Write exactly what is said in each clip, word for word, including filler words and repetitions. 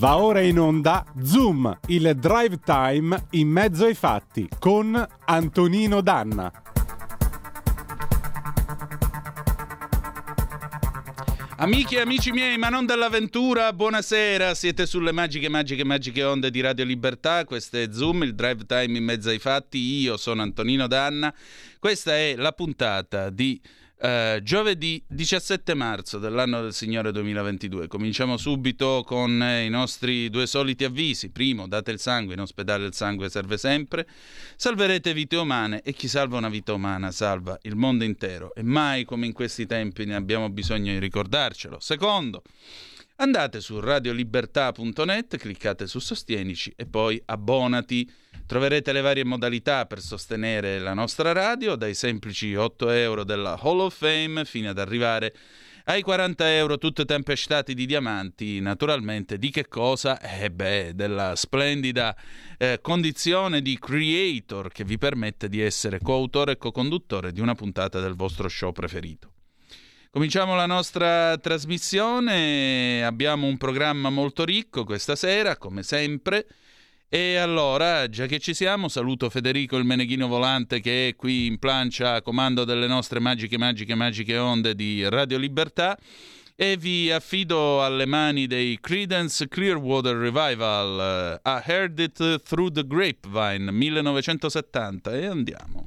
Va ora in onda Zoom, il drive time in mezzo ai fatti con Antonino Danna. Amiche e amici miei, ma non dell'avventura, buonasera, siete sulle magiche, magiche, magiche onde di Radio Libertà, questo è Zoom, il drive time in mezzo ai fatti, io sono Antonino Danna, questa è la puntata di uh, giovedì diciassette marzo dell'anno del Signore duemilaventidue. Cominciamo subito con eh, i nostri due soliti avvisi. Primo, date il sangue, in ospedale il sangue serve sempre, salverete vite umane e chi salva una vita umana salva il mondo intero e mai come in questi tempi ne abbiamo bisogno di ricordarcelo. Secondo, andate su radiolibertà punto net, cliccate su Sostienici e poi abbonati. Troverete le varie modalità per sostenere la nostra radio, dai semplici otto euro della Hall of Fame fino ad arrivare ai quaranta euro, tutte tempestati di diamanti, naturalmente. Di che cosa? Eh beh, della splendida eh, condizione di creator che vi permette di essere coautore e co-conduttore di una puntata del vostro show preferito. Cominciamo la nostra trasmissione, abbiamo un programma molto ricco questa sera, come sempre. E allora, già che ci siamo, saluto Federico il Meneghino Volante che è qui in plancia a comando delle nostre magiche, magiche, magiche onde di Radio Libertà e vi affido alle mani dei Creedence Clearwater Revival, uh, I Heard It Through the Grapevine, millenovecentosettanta, e andiamo.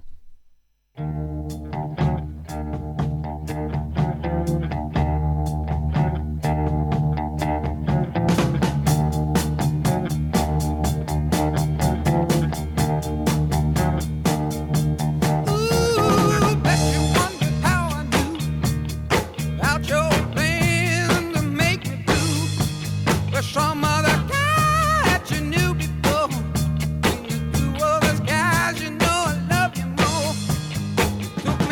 Some other guys, you know I love you more.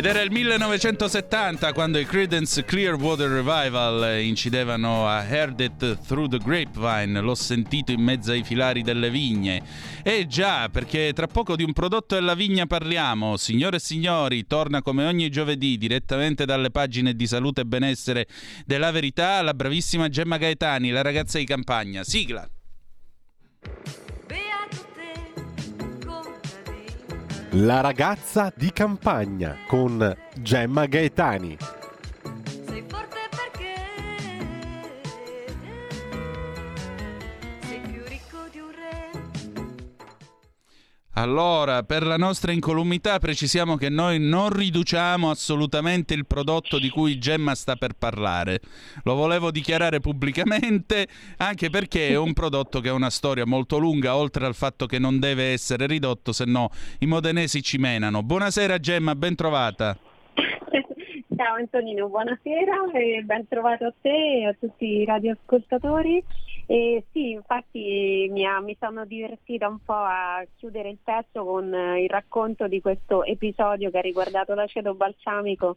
era il millenovecentosettanta quando i Creedence Clearwater Revival incidevano a Heard It Through the Grapevine, l'ho sentito in mezzo ai filari delle vigne. E già, perché tra poco di un prodotto della vigna parliamo. Signore e signori, torna come ogni giovedì direttamente dalle pagine di salute e benessere della Verità la bravissima Gemma Gaetani, la ragazza di campagna. Sigla. La ragazza di campagna con Gemma Gaetani. Sei forte perché sei più ricco di un re. Allora, per la nostra incolumità precisiamo che noi non riduciamo assolutamente il prodotto di cui Gemma sta per parlare. Lo volevo dichiarare pubblicamente, anche perché è un prodotto che ha una storia molto lunga, oltre al fatto che non deve essere ridotto, se no i modenesi ci menano. Buonasera Gemma, ben trovata. Ciao Antonino, buonasera e ben trovato a te e a tutti i radioascoltatori. E sì, infatti mi, ha, mi sono divertita un po' a chiudere il pezzo con il racconto di questo episodio che ha riguardato l'aceto balsamico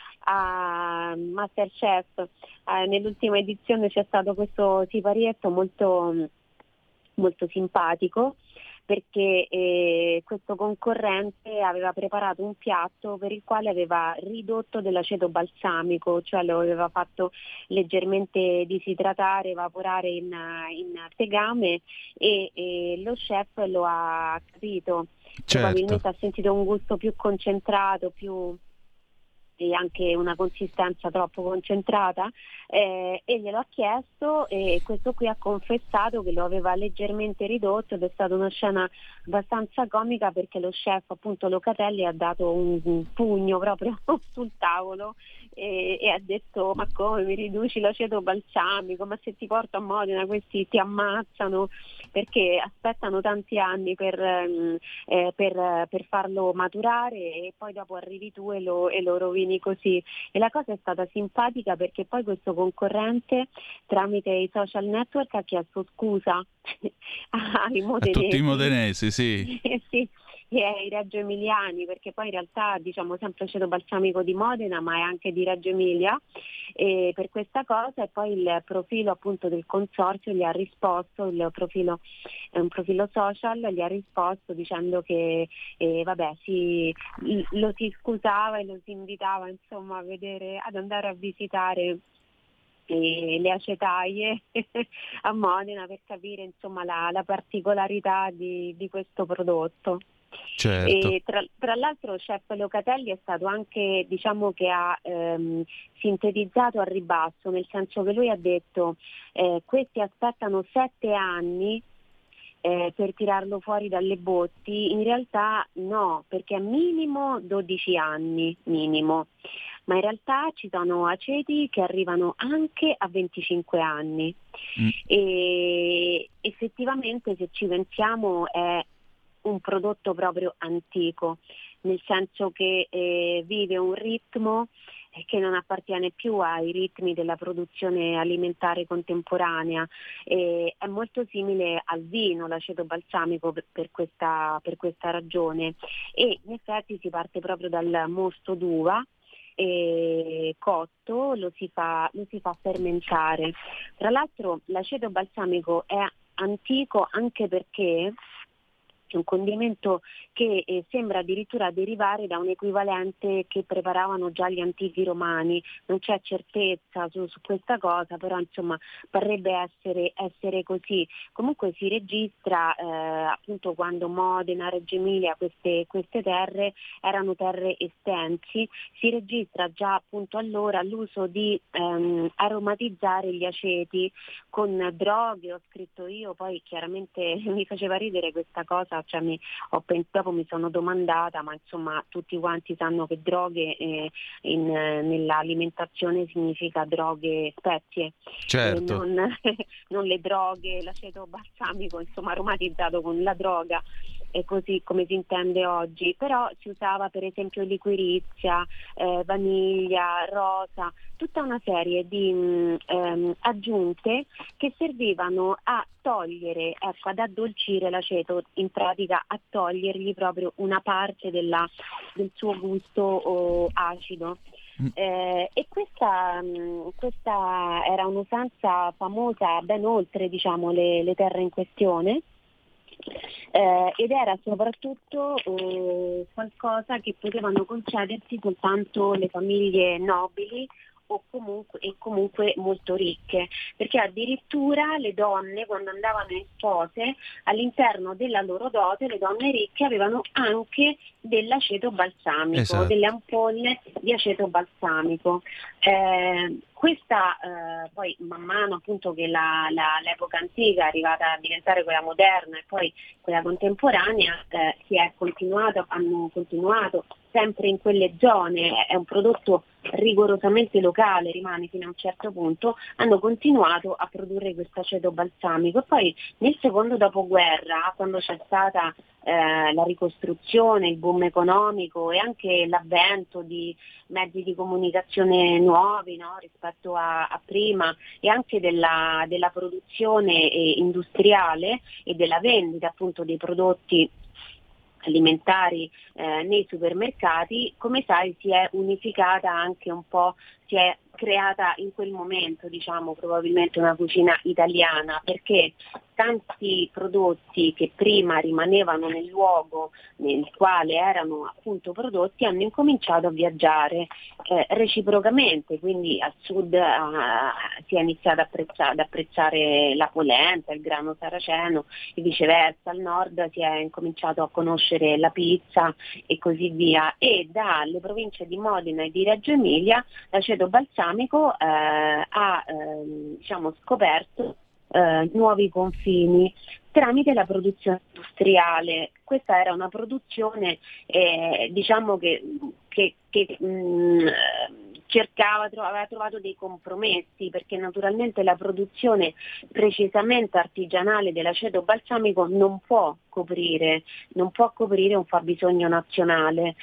a Masterchef. Eh, nell'ultima edizione c'è stato questo siparietto molto, molto simpatico, perché eh, questo concorrente aveva preparato un piatto per il quale aveva ridotto dell'aceto balsamico, cioè lo aveva fatto leggermente disidratare, evaporare in, in tegame e, e lo chef lo ha capito, Certo. Probabilmente ha sentito un gusto più concentrato, più e anche una consistenza troppo concentrata eh, e glielo ha chiesto e questo qui ha confessato che lo aveva leggermente ridotto ed è stata una scena abbastanza comica perché lo chef appunto Locatelli ha dato un, un pugno proprio sul tavolo e, e ha detto: ma come mi riduci l'aceto balsamico, ma se ti porto a Modena questi ti ammazzano, perché aspettano tanti anni per, eh, per, per farlo maturare e poi dopo arrivi tu e lo, e lo rovini così. E la cosa è stata simpatica perché poi questo concorrente tramite i social network ha chiesto scusa ai modenesi. A tutti i modenesi, sì. Sì, e ai Reggio Emiliani, perché poi in realtà diciamo sempre aceto balsamico di Modena ma è anche di Reggio Emilia, e per questa cosa. E poi il profilo appunto del consorzio gli ha risposto, il profilo è un profilo social, gli ha risposto dicendo che eh, vabbè si, lo si scusava e lo si invitava insomma a vedere, ad andare a visitare e le acetaie a Modena per capire insomma la, la particolarità di, di questo prodotto. Certo. E tra, tra l'altro chef Locatelli è stato anche, diciamo che ha ehm, sintetizzato al ribasso, nel senso che lui ha detto eh, questi aspettano sette anni eh, per tirarlo fuori dalle botti. In realtà no, perché è minimo dodici anni, minimo. Ma in realtà ci sono aceti che arrivano anche a venticinque anni Mm. e effettivamente se ci pensiamo è un prodotto proprio antico, nel senso che eh, vive un ritmo che non appartiene più ai ritmi della produzione alimentare contemporanea. E è molto simile al vino, l'aceto balsamico, per, per, questa, per questa ragione. E in effetti si parte proprio dal mosto d'uva, e cotto lo si fa, lo si fa fermentare. Tra l'altro l'aceto balsamico è antico anche perché è un condimento che eh, sembra addirittura derivare da un equivalente che preparavano già gli antichi romani. Non c'è certezza su, su questa cosa, però insomma parrebbe essere, essere così. Comunque si registra eh, appunto quando Modena, Reggio Emilia, queste, queste terre erano terre estensi, si registra già appunto allora l'uso di ehm, aromatizzare gli aceti con droghe, ho scritto io, poi chiaramente mi faceva ridere questa cosa. Cioè mi, ho pens- dopo mi sono domandata, ma insomma tutti quanti sanno che droghe eh, in, nell'alimentazione significa droghe, spezie, Certo. eh, non, non le droghe, l'aceto balsamico insomma aromatizzato con la droga. è così come si intende oggi, però si usava per esempio liquirizia, eh, vaniglia, rosa, tutta una serie di mh, ehm, aggiunte che servivano a togliere, ecco, ad addolcire l'aceto, in pratica a togliergli proprio una parte della, del suo gusto oh, acido. Eh, e questa, mh, questa era un'usanza famosa ben oltre, diciamo, le, le terre in questione. Eh, ed era soprattutto eh, qualcosa che potevano concedersi soltanto le famiglie nobili o comunque, e comunque molto ricche, perché addirittura le donne, quando andavano in spose, all'interno della loro dote le donne ricche avevano anche dell'aceto balsamico, esatto. delle ampolle di aceto balsamico. Eh, questa eh, poi man mano appunto che la, la, l'epoca antica è arrivata a diventare quella moderna e poi quella contemporanea, eh, si è continuato, hanno continuato sempre in quelle zone, è un prodotto rigorosamente locale, rimane fino a un certo punto, hanno continuato a produrre questo aceto balsamico. E poi nel secondo dopoguerra, quando c'è stata eh, la ricostruzione, il boom economico e anche l'avvento di mezzi di comunicazione nuovi, no, rispetto a, a prima, e anche della, della produzione eh, industriale e della vendita appunto dei prodotti alimentari eh, nei supermercati, come sai si è unificata anche un po', si è creata in quel momento, diciamo, probabilmente una cucina italiana, perché tanti prodotti che prima rimanevano nel luogo nel quale erano appunto prodotti hanno incominciato a viaggiare eh, reciprocamente, quindi al sud eh, si è iniziato ad apprezzare, ad apprezzare la polenta, il grano saraceno e viceversa, al nord si è incominciato a conoscere la pizza e così via, e dalle province di Modena e di Reggio Emilia l'aceto balsamico eh, ha eh, diciamo scoperto Eh, nuovi confini tramite la produzione industriale. Questa era una produzione eh, diciamo che, che, che mh, cercava, aveva trovato dei compromessi, perché naturalmente la produzione precisamente artigianale dell'aceto balsamico non può coprire, non può coprire un fabbisogno nazionale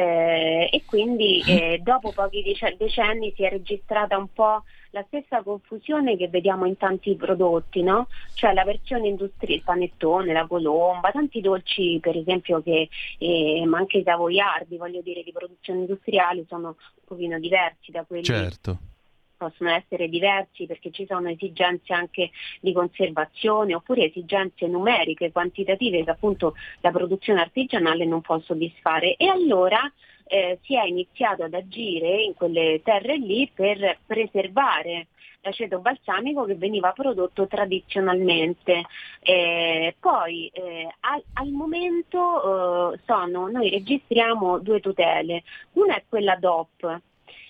eh, e quindi eh, dopo pochi decenni si è registrata un po' la stessa confusione che vediamo in tanti prodotti, no? Cioè la versione industriale, il panettone, la colomba, tanti dolci per esempio che, eh, ma anche i savoiardi, voglio dire, di produzione industriale sono un pochino diversi da quelli. Certo. Possono essere diversi perché ci sono esigenze anche di conservazione oppure esigenze numeriche, quantitative che appunto la produzione artigianale non può soddisfare, e allora eh, si è iniziato ad agire in quelle terre lì per preservare l'aceto balsamico che veniva prodotto tradizionalmente. Eh, poi eh, al, al momento eh, sono, noi registriamo due tutele, una è quella D O P,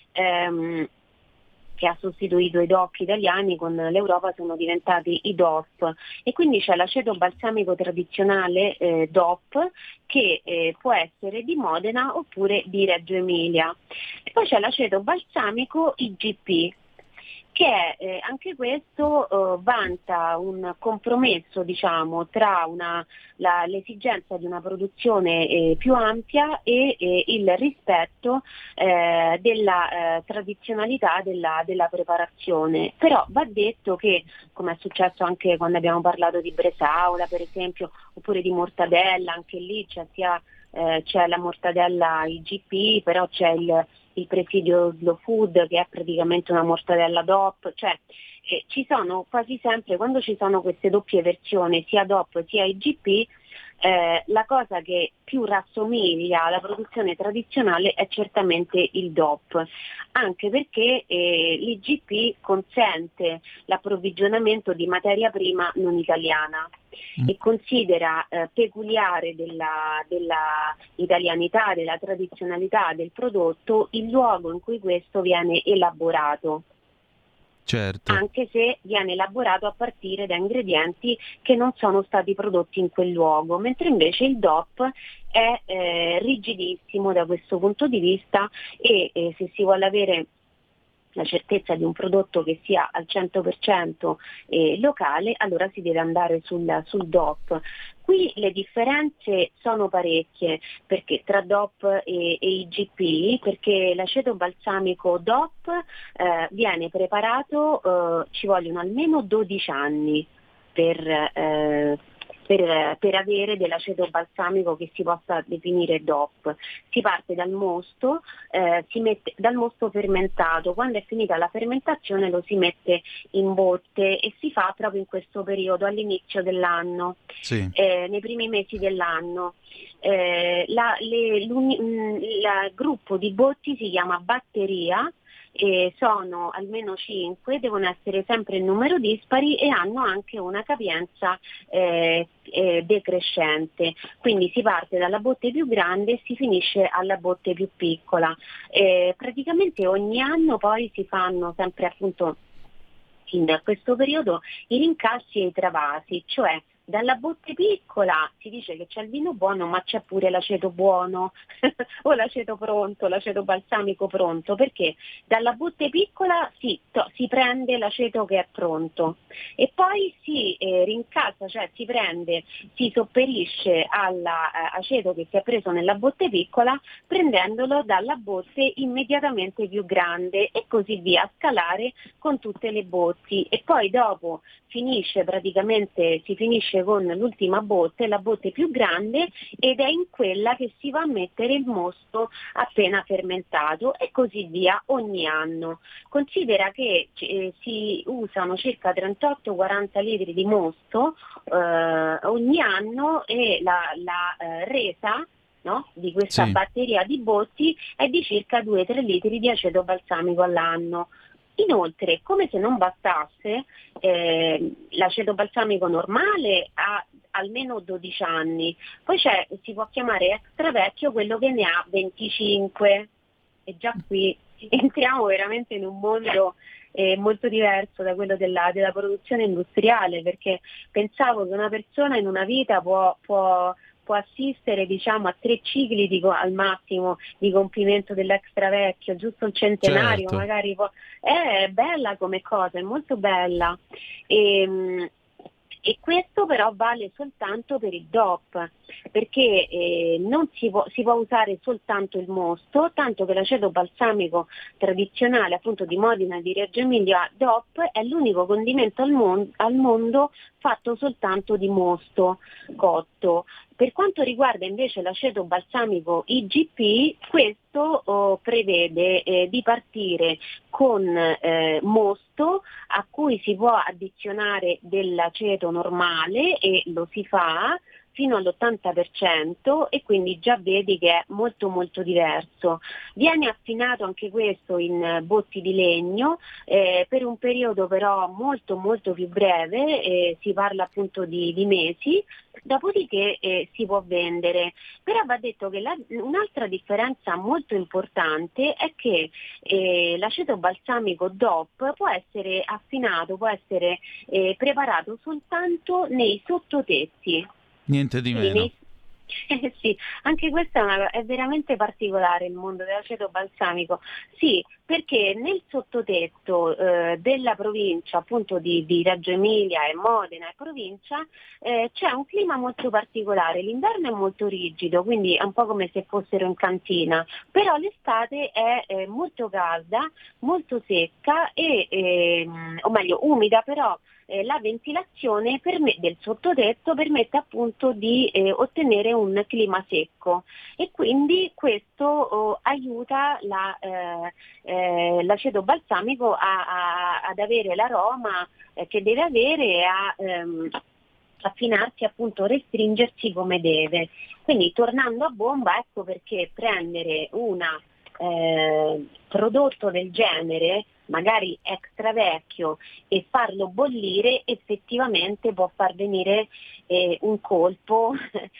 ehm, che ha sostituito i D O C italiani, con l'Europa sono diventati i D O P, e quindi c'è l'aceto balsamico tradizionale eh, D O P che eh, può essere di Modena oppure di Reggio Emilia, e poi c'è l'aceto balsamico I G P che è, eh, anche questo eh, vanta un compromesso, diciamo, tra una, la, l'esigenza di una produzione eh, più ampia e eh, il rispetto eh, della eh, tradizionalità della, della preparazione. Però va detto che, come è successo anche quando abbiamo parlato di bresaola per esempio, oppure di mortadella, anche lì c'è sia eh, c'è la mortadella I G P, però c'è il il presidio slow food che è praticamente una mortadella D O P, cioè eh, ci sono quasi sempre, quando ci sono queste doppie versioni sia D O P sia I G P, eh, la cosa che più rassomiglia alla produzione tradizionale è certamente il D O P, anche perché eh, l'I G P consente l'approvvigionamento di materia prima non italiana e considera eh, peculiare della, della italianità, della tradizionalità del prodotto il luogo in cui questo viene elaborato. Certo. Anche se viene elaborato a partire da ingredienti che non sono stati prodotti in quel luogo, mentre invece il D O P è eh, rigidissimo da questo punto di vista e eh, se si vuole avere la certezza di un prodotto che sia al cento per cento eh, locale, allora si deve andare sul, sul D O P. Qui le differenze sono parecchie perché tra D O P e, e I G P, perché l'aceto balsamico D O P eh, viene preparato, eh, ci vogliono almeno dodici anni per, eh, per, per avere dell'aceto balsamico che si possa definire D O P. Si parte dal mosto, eh, si mette dal mosto fermentato, quando è finita la fermentazione lo si mette in botte e si fa proprio in questo periodo, all'inizio dell'anno, Sì. eh, nei primi mesi dell'anno. Eh, la, le, il gruppo di botti si chiama batteria, e sono almeno cinque, devono essere sempre in numero dispari e hanno anche una capienza eh, eh, decrescente, quindi si parte dalla botte più grande e si finisce alla botte più piccola. Eh, praticamente ogni anno poi si fanno sempre appunto in questo periodo i rincassi e i travasi, cioè dalla botte piccola si dice che c'è il vino buono, ma c'è pure l'aceto buono o l'aceto pronto, l'aceto balsamico pronto, perché dalla botte piccola si, to, si prende l'aceto che è pronto e poi si eh, rincassa, cioè si prende, si sopperisce all'aceto che si è preso nella botte piccola prendendolo dalla botte immediatamente più grande e così via, a scalare con tutte le botti e poi dopo finisce praticamente, si finisce con l'ultima botte, la botte più grande, ed è in quella che si va a mettere il mosto appena fermentato e così via ogni anno. Considera che eh, si usano circa trentotto quaranta litri di mosto eh, ogni anno e la, la eh, resa no, di questa Sì. batteria di botti è di circa due tre litri di aceto balsamico all'anno. Inoltre, come se non bastasse, eh, l'aceto balsamico normale ha almeno dodici anni, poi c'è, si può chiamare extra vecchio quello che ne ha venticinque, e già qui entriamo veramente in un mondo eh, molto diverso da quello della, della produzione industriale, perché pensavo che una persona in una vita può, può può assistere diciamo a tre cicli di, al massimo di compimento dell'extra vecchio, giusto il centenario, Certo. magari può, è bella come cosa, è molto bella. E, e questo però vale soltanto per il D O P, perché eh, non si può, si può usare soltanto il mosto, tanto che l'aceto balsamico tradizionale appunto di Modena e di Reggio Emilia D O P è l'unico condimento al, mon- al mondo fatto soltanto di mosto cotto. Per quanto riguarda invece l'aceto balsamico I G P, questo oh, prevede eh, di partire con eh, mosto a cui si può addizionare dell'aceto normale e lo si fa fino all'ottanta per cento e quindi già vedi che è molto molto diverso. Viene affinato anche questo in botti di legno eh, per un periodo però molto molto più breve, eh, si parla appunto di, di mesi, dopodiché eh, si può vendere. Però va detto che la, un'altra differenza molto importante è che eh, l'aceto balsamico D O P può essere affinato, può essere eh, preparato soltanto nei sottotetti. Niente di Quindi meno. nei- Eh sì, anche questa è, una, è veramente particolare il mondo dell'aceto balsamico. Sì, perché nel sottotetto eh, della provincia appunto di, di Reggio Emilia e Modena e provincia eh, c'è un clima molto particolare. L'inverno è molto rigido, quindi è un po' come se fossero in cantina, però l'estate è eh, molto calda, molto secca e, ehm, o meglio umida, però Eh, la ventilazione perme- del sottotetto permette appunto di eh, ottenere un clima secco e quindi questo oh, aiuta la, eh, eh, l'aceto balsamico a, a, ad avere l'aroma eh, che deve avere e a ehm, affinarsi appunto, restringersi come deve. Quindi tornando a bomba, ecco perché prendere un eh, prodotto del genere magari extra vecchio e farlo bollire effettivamente può far venire eh, un colpo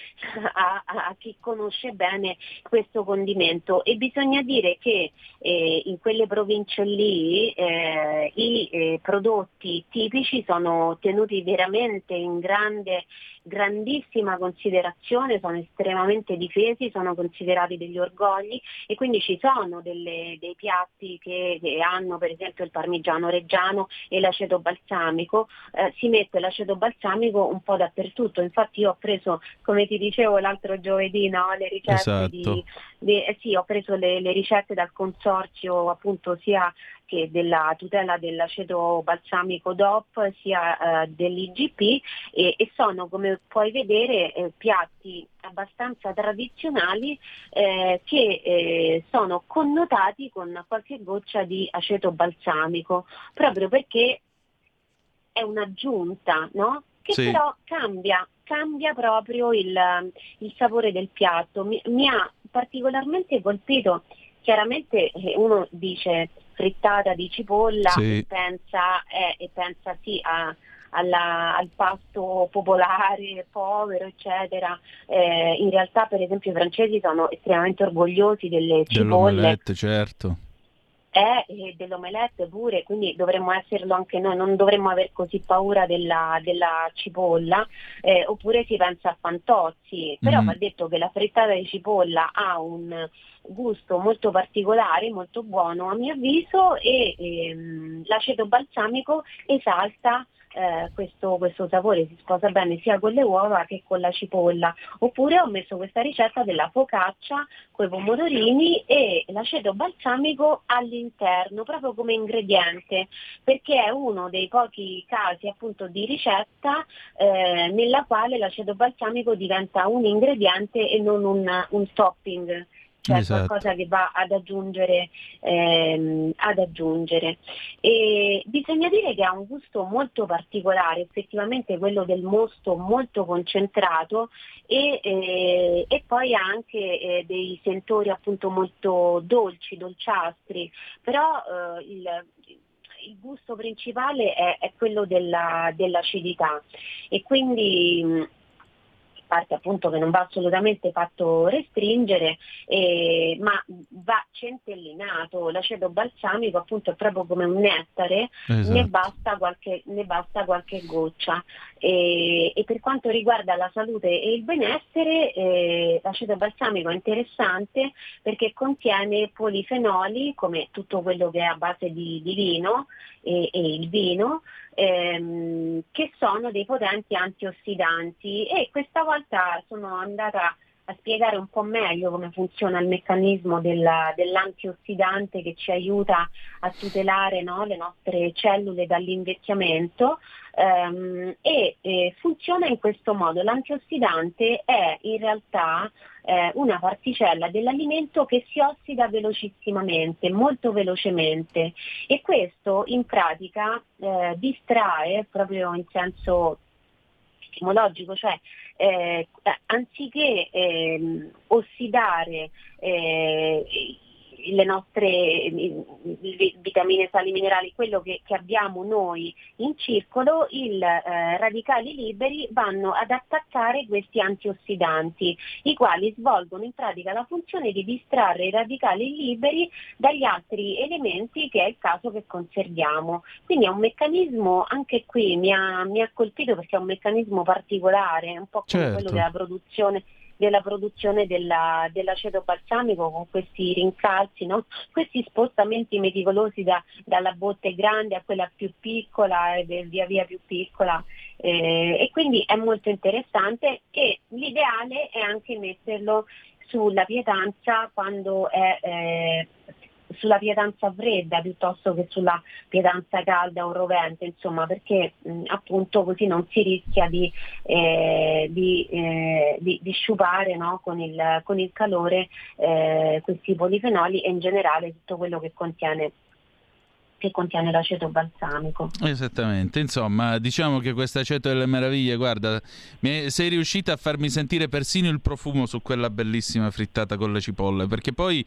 a, a chi conosce bene questo condimento, e bisogna dire che eh, in quelle province lì eh, i eh, prodotti tipici sono tenuti veramente in grande grandissima considerazione, sono estremamente difesi, sono considerati degli orgogli, e quindi ci sono delle, dei piatti che, che hanno per esempio esempio il parmigiano reggiano e l'aceto balsamico, eh, si mette l'aceto balsamico un po' dappertutto. Infatti io ho preso, come ti dicevo l'altro giovedì, no, le ricette Esatto. di, di eh sì, ho preso le, le ricette dal consorzio appunto sia che della tutela dell'aceto balsamico D O P sia eh, dell'I G P e, e sono, come puoi vedere, eh, piatti abbastanza tradizionali eh, che eh, sono connotati con qualche goccia di aceto balsamico, proprio perché è un'aggiunta, no? Che Sì. però cambia, cambia proprio il, il sapore del piatto. Mi, mi ha particolarmente colpito, chiaramente eh, uno dice frittata di cipolla Sì. e pensa, eh, e pensa sì a, alla, al pasto popolare, povero, eccetera. Eh, in realtà, per esempio, i francesi sono estremamente orgogliosi delle cipolle. Dell'omelette, certo. Eh, e dell'omelette pure, quindi dovremmo esserlo anche noi, non dovremmo aver così paura della, della cipolla, eh, oppure si pensa a Fantozzi, però Mm. va detto che la frittata di cipolla ha un gusto molto particolare, molto buono a mio avviso, e ehm, l'aceto balsamico esalta eh, questo, questo sapore, si sposa bene sia con le uova che con la cipolla. Oppure ho messo questa ricetta della focaccia con i pomodorini e l'aceto balsamico all'interno, proprio come ingrediente, perché è uno dei pochi casi appunto di ricetta eh, nella quale l'aceto balsamico diventa un ingrediente e non un, un topping, cioè Esatto. qualcosa che va ad aggiungere, ehm, ad aggiungere. E bisogna dire che ha un gusto molto particolare, effettivamente quello del mosto molto concentrato e, eh, e poi ha anche eh, dei sentori appunto molto dolci, dolciastri, però eh, il il gusto principale è, è quello della, dell'acidità e quindi mh, parte appunto che non va assolutamente fatto restringere, eh, ma va centellinato. L'aceto balsamico appunto è proprio come un nettare, Esatto. ne basta qualche, ne basta qualche goccia. E, e per quanto riguarda la salute e il benessere, eh, l'aceto balsamico è interessante perché contiene polifenoli, come tutto quello che è a base di, di vino e, e il vino, ehm, che sono dei potenti antiossidanti, e questa volta sono andata a spiegare un po' meglio come funziona il meccanismo della, dell'antiossidante che ci aiuta a tutelare, no, le nostre cellule dall'invecchiamento, ehm, e eh, funziona in questo modo. L'antiossidante è in realtà eh, una particella dell'alimento che si ossida velocissimamente, molto velocemente, e questo in pratica eh, distrae proprio in senso etimologico, cioè eh, anziché eh, ossidare eh, le nostre vitamine, sali, minerali, quello che, che abbiamo noi in circolo, i eh, radicali liberi vanno ad attaccare questi antiossidanti, i quali svolgono in pratica la funzione di distrarre i radicali liberi dagli altri elementi che è il caso che conserviamo. Quindi è un meccanismo, anche qui mi ha, mi ha colpito perché è un meccanismo particolare, un po' come Certo. quello della produzione della produzione della, dell'aceto balsamico, con questi rincalzi, no? Questi spostamenti meticolosi da, dalla botte grande a quella più piccola e via via più piccola, eh, e quindi è molto interessante, e l'ideale è anche metterlo sulla pietanza quando è eh, sulla pietanza fredda piuttosto che sulla pietanza calda o rovente, insomma, perché mh, appunto così non si rischia di, eh, di, eh, di, di sciupare, no, con, il, con il calore eh, questi polifenoli e in generale tutto quello che contiene che contiene l'aceto balsamico. Esattamente, insomma, diciamo che questo aceto delle meraviglie, guarda, mi sei riuscita a farmi sentire persino il profumo su quella bellissima frittata con le cipolle, perché poi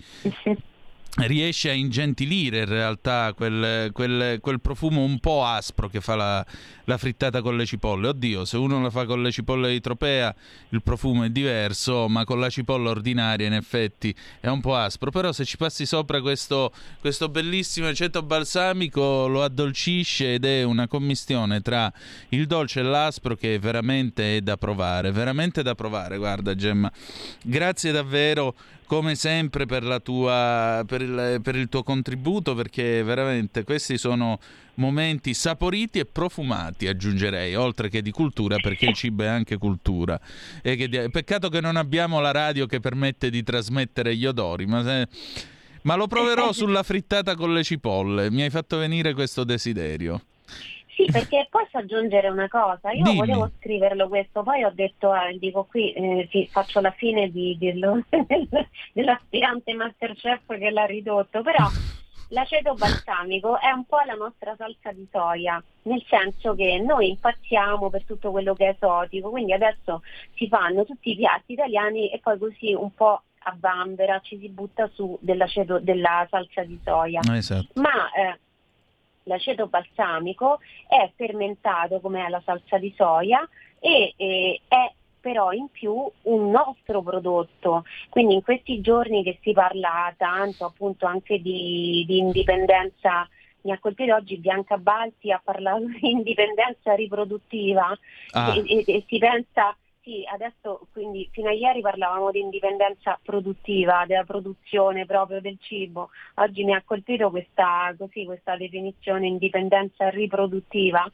riesce a ingentilire in realtà quel, quel, quel profumo un po' aspro che fa la, la frittata con le cipolle. Oddio, se uno la fa con le cipolle di Tropea il profumo è diverso, ma con la cipolla ordinaria in effetti è un po' aspro, però se ci passi sopra questo, questo bellissimo aceto balsamico lo addolcisce ed è una commistione tra il dolce e l'aspro che veramente è da provare, veramente da provare. Guarda Gemma, grazie davvero come sempre per la tua per il, per il tuo contributo, perché veramente questi sono momenti saporiti e profumati, aggiungerei, oltre che di cultura, perché il cibo è anche cultura. E che di... peccato che non abbiamo la radio che permette di trasmettere gli odori, ma se... ma lo proverò sulla frittata con le cipolle. Mi hai fatto venire questo desiderio. Sì, perché posso aggiungere una cosa, io Dimmi. volevo scriverlo questo, poi ho detto, eh, dico qui, eh, sì, faccio la fine di, dello, dell'aspirante Masterchef che l'ha ridotto, però l'aceto balsamico è un po' la nostra salsa di soia, nel senso che noi impazziamo per tutto quello che è esotico, quindi adesso si fanno tutti i piatti italiani e poi così un po' a vanvera ci si butta su dell'aceto, della salsa di soia. Esatto. Ma eh, l'aceto balsamico è fermentato come è la salsa di soia e eh, è però in più un nostro prodotto, quindi in questi giorni che si parla tanto appunto anche di, di indipendenza, mi ha colpito oggi Bianca Balti ha parlato di indipendenza riproduttiva Ah. e, e, e si pensa, sì, adesso quindi fino a ieri parlavamo di indipendenza produttiva, della produzione proprio del cibo, oggi mi ha colpito questa, così, questa definizione indipendenza riproduttiva.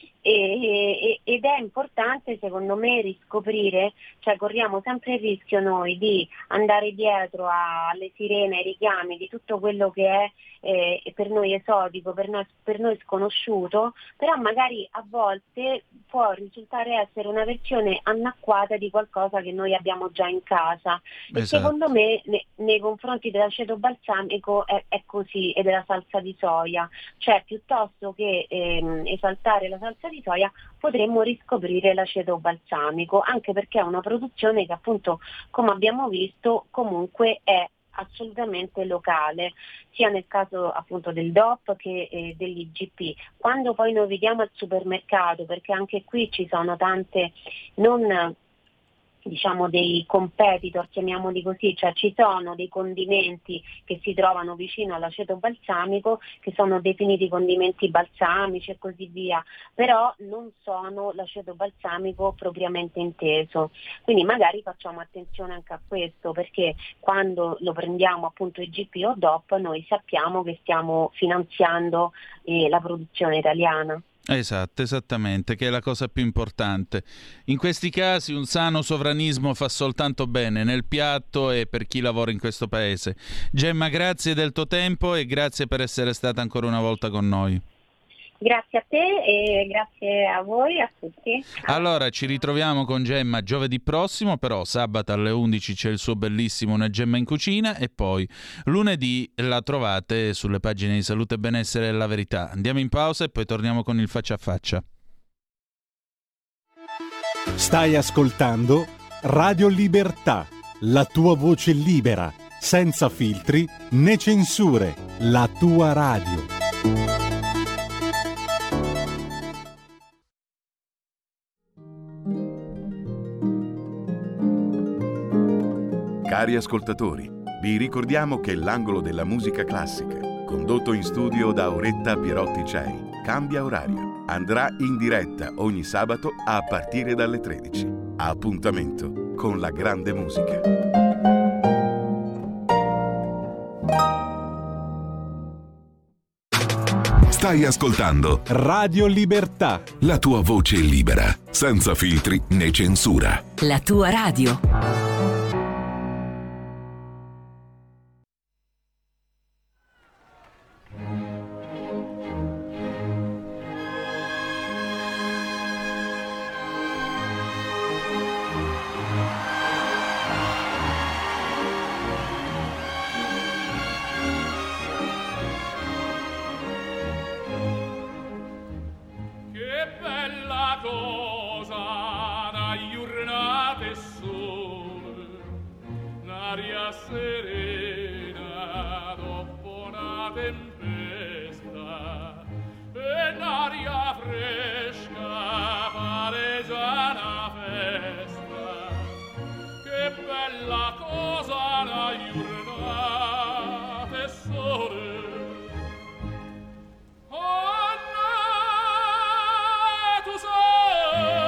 E, e, ed è importante secondo me riscoprire, cioè corriamo sempre il rischio noi di andare dietro alle sirene, ai richiami di tutto quello che è eh, per noi esotico, per noi, per noi sconosciuto, però magari a volte può risultare essere una versione anacquata di qualcosa che noi abbiamo già in casa. E Esatto. secondo me ne, nei confronti dell'aceto balsamico è, è così, e della salsa di soia, cioè piuttosto che ehm, esaltare la salsa di soia potremmo riscoprire l'aceto balsamico, anche perché è una produzione che appunto, come abbiamo visto, comunque è assolutamente locale, sia nel caso appunto del D O P che eh, dell'I G P. Quando poi noi vediamo al supermercato, perché anche qui ci sono tante non diciamo dei competitor, chiamiamoli così, cioè ci sono dei condimenti che si trovano vicino all'aceto balsamico che sono definiti condimenti balsamici e così via, però non sono l'aceto balsamico propriamente inteso, quindi magari facciamo attenzione anche a questo, perché quando lo prendiamo appunto I G P o D O P noi sappiamo che stiamo finanziando eh, la produzione italiana. Esatto, esattamente, che è la cosa più importante. In questi casi un sano sovranismo fa soltanto bene nel piatto e per chi lavora in questo paese. Gemma, grazie del tuo tempo e grazie per essere stata ancora una volta con noi. Grazie a te e grazie a voi, a tutti. Allora, ci ritroviamo con Gemma giovedì prossimo, però sabato alle undici c'è il suo bellissimo Una Gemma in Cucina e poi lunedì la trovate sulle pagine di Salute e Benessere e La Verità. Andiamo in pausa e poi torniamo con il Faccia a Faccia. Stai ascoltando Radio Libertà, la tua voce libera, senza filtri né censure, la tua radio. Cari ascoltatori, vi ricordiamo che l'angolo della musica classica, condotto in studio da Auretta Pierotti Cei, cambia orario. Andrà in diretta ogni sabato a partire dalle tredici. Appuntamento con la grande musica. Stai ascoltando Radio Libertà, la tua voce libera, senza filtri né censura. La tua radio.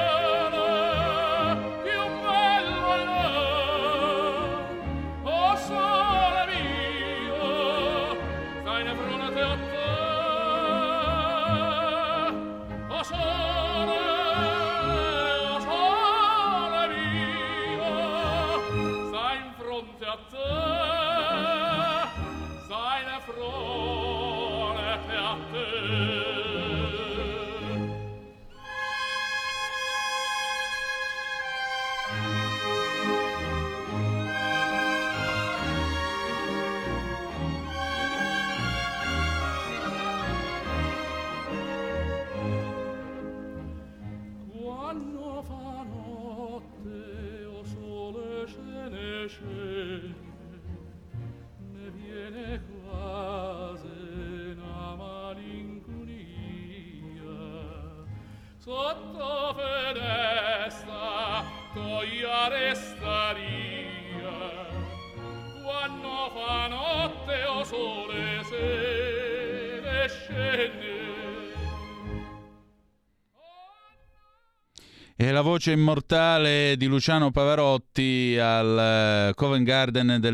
So restaria quando fa notte o sole se ne scende. E la voce immortale di Luciano Pavarotti al Covent Garden del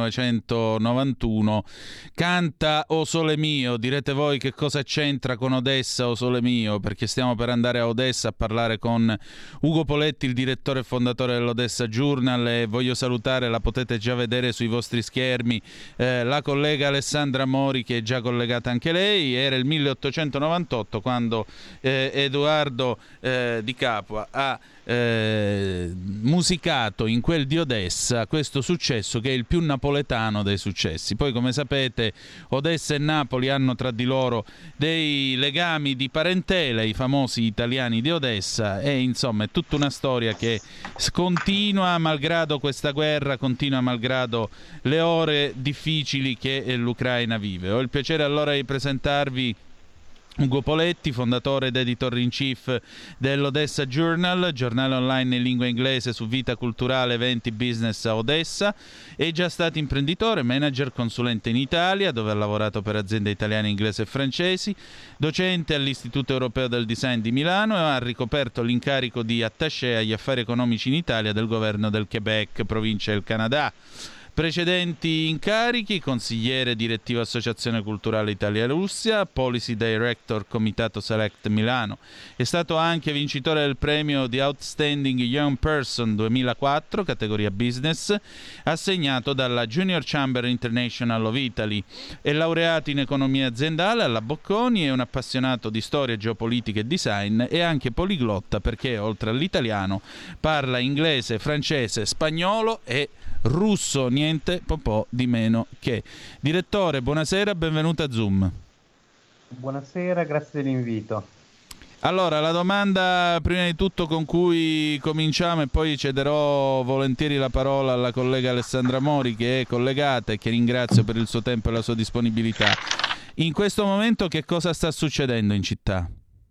millenovecentonovantuno canta O Sole Mio. Direte voi che cosa c'entra con Odessa O Sole Mio, perché stiamo per andare a Odessa a parlare con Ugo Poletti, il direttore e fondatore dell'Odessa Journal, e voglio salutare, la potete già vedere sui vostri schermi, eh, la collega Alessandra Mori, che è già collegata anche lei. Era il milleottocentonovantotto quando eh, Edoardo eh, Di Capua ha eh, musicato in quel di Odessa questo successo che è il più napoletano dei successi. Poi, come sapete, Odessa e Napoli hanno tra di loro dei legami di parentela, i famosi italiani di Odessa, e insomma è tutta una storia che continua malgrado questa guerra, continua malgrado le ore difficili che l'Ucraina vive. Ho il piacere allora di presentarvi Ugo Poletti, fondatore ed editor in chief dell'Odessa Journal, giornale online in lingua inglese su vita culturale, eventi, business a Odessa. È già stato imprenditore, manager, consulente in Italia, dove ha lavorato per aziende italiane, inglesi e francesi, docente all'Istituto Europeo del Design di Milano, e ha ricoperto l'incarico di attaché agli affari economici in Italia del governo del Quebec, provincia del Canada. Precedenti incarichi: consigliere direttivo Associazione Culturale Italia-Russia, Policy Director Comitato Select Milano. È stato anche vincitore del premio di Outstanding Young Person duemilaquattro, categoria Business, assegnato dalla Junior Chamber International of Italy. È laureato in economia aziendale alla Bocconi, è un appassionato di storia, geopolitica e design, e anche poliglotta perché oltre all'italiano parla inglese, francese, spagnolo e russo, niente po' po' di meno che. Direttore, buonasera, benvenuto a Zoom. Buonasera, grazie dell'invito. Allora, la domanda prima di tutto con cui cominciamo, e poi cederò volentieri la parola alla collega Alessandra Mori, che è collegata e che ringrazio per il suo tempo e la sua disponibilità. In questo momento che cosa sta succedendo in città?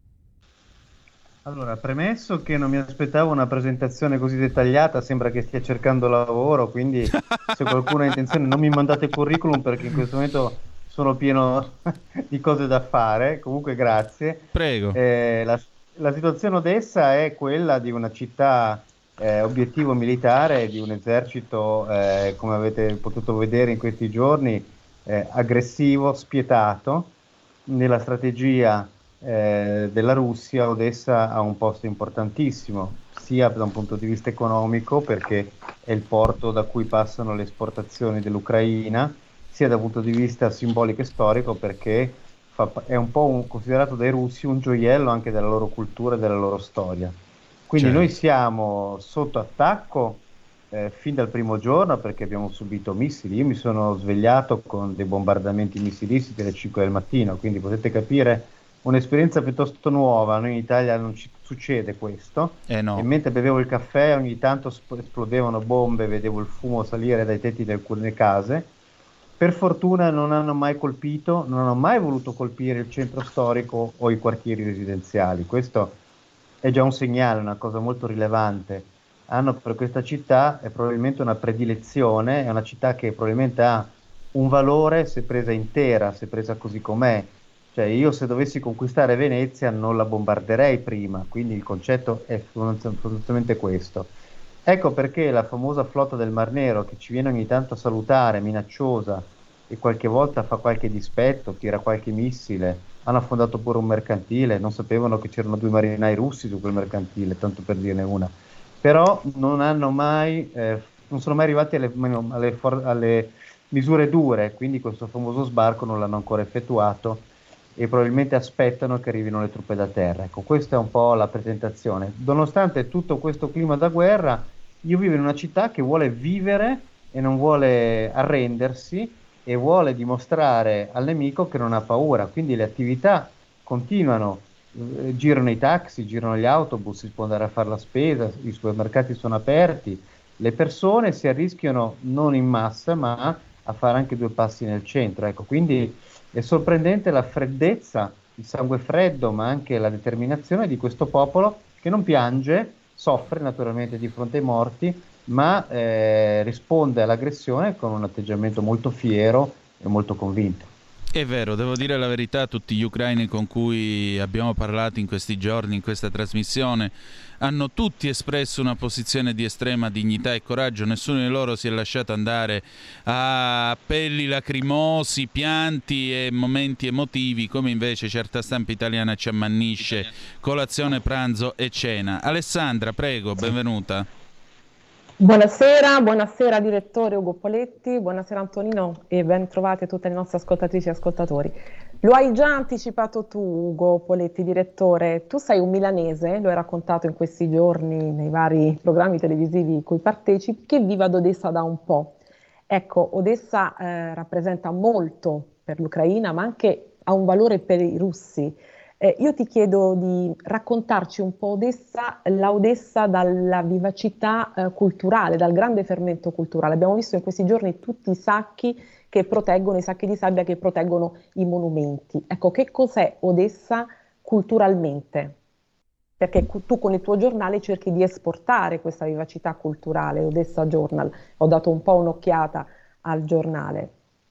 Allora, premesso che non mi aspettavo una presentazione così dettagliata, sembra che stia cercando lavoro, quindi se qualcuno ha intenzione non mi mandate il curriculum, perché in questo momento sono pieno di cose da fare. Comunque grazie. Prego. Eh, la, la situazione Odessa è quella di una città eh, obiettivo militare, di un esercito, eh, come avete potuto vedere in questi giorni, eh, aggressivo, spietato. Nella strategia Eh, della Russia, Odessa ha un posto importantissimo, sia da un punto di vista economico, perché è il porto da cui passano le esportazioni dell'Ucraina, sia da un punto di vista simbolico e storico, perché fa, è un po' un, considerato dai russi un gioiello anche della loro cultura e della loro storia. Quindi certo, noi siamo sotto attacco eh, fin dal primo giorno, perché abbiamo subito missili. Io mi sono svegliato con dei bombardamenti missilistici alle cinque del mattino, quindi potete capire un'esperienza piuttosto nuova. Noi in Italia non ci succede questo, eh no. E mentre bevevo il caffè ogni tanto sp- esplodevano bombe, vedevo il fumo salire dai tetti di alcune case. Per fortuna non hanno mai colpito, non hanno mai voluto colpire il centro storico o i quartieri residenziali. Questo è già un segnale, una cosa molto rilevante. Hanno per questa città è probabilmente una predilezione, è una città che probabilmente ha un valore se presa intera, se presa così com'è. Cioè, io se dovessi conquistare Venezia non la bombarderei prima, quindi il concetto è fondamentalmente questo. Ecco perché la famosa flotta del Mar Nero, che ci viene ogni tanto a salutare, minacciosa, e qualche volta fa qualche dispetto, tira qualche missile, hanno affondato pure un mercantile, non sapevano che c'erano due marinai russi su quel mercantile, tanto per dirne una. Però non hanno mai, eh, non sono mai arrivati alle, alle, for- alle misure dure, quindi questo famoso sbarco non l'hanno ancora effettuato, e probabilmente aspettano che arrivino le truppe da terra. Ecco, questa è un po' la presentazione. Nonostante tutto questo clima da guerra, io vivo in una città che vuole vivere e non vuole arrendersi, e vuole dimostrare al nemico che non ha paura. Quindi le attività continuano, eh, girano i taxi, girano gli autobus, si può andare a fare la spesa, i supermercati sono aperti, le persone si arrischiano non in massa, ma a fare anche due passi nel centro. Ecco, quindi è sorprendente la freddezza, il sangue freddo, ma anche la determinazione di questo popolo, che non piange, soffre naturalmente di fronte ai morti, ma eh, risponde all'aggressione con un atteggiamento molto fiero e molto convinto. È vero, devo dire la verità, tutti gli ucraini con cui abbiamo parlato in questi giorni, in questa trasmissione, hanno tutti espresso una posizione di estrema dignità e coraggio, nessuno di loro si è lasciato andare a appelli lacrimosi, pianti e momenti emotivi, come invece certa stampa italiana ci ammannisce colazione, pranzo e cena. Alessandra, prego, benvenuta. Buonasera, buonasera direttore Ugo Poletti, buonasera Antonino e ben trovate tutte le nostre ascoltatrici e ascoltatori. Lo hai già anticipato tu, Ugo Poletti, direttore, tu sei un milanese, lo hai raccontato in questi giorni nei vari programmi televisivi cui partecipi, che vive ad Odessa da un po'. Ecco, Odessa eh, rappresenta molto per l'Ucraina, ma anche ha un valore per i russi. Eh, io ti chiedo di raccontarci un po' Odessa, la Odessa dalla vivacità eh, culturale, dal grande fermento culturale. Abbiamo visto in questi giorni tutti i sacchi che proteggono, i sacchi di sabbia che proteggono i monumenti. Ecco, che cos'è Odessa culturalmente? Perché tu con il tuo giornale cerchi di esportare questa vivacità culturale, Odessa Journal. Ho dato un po' un'occhiata al giornale.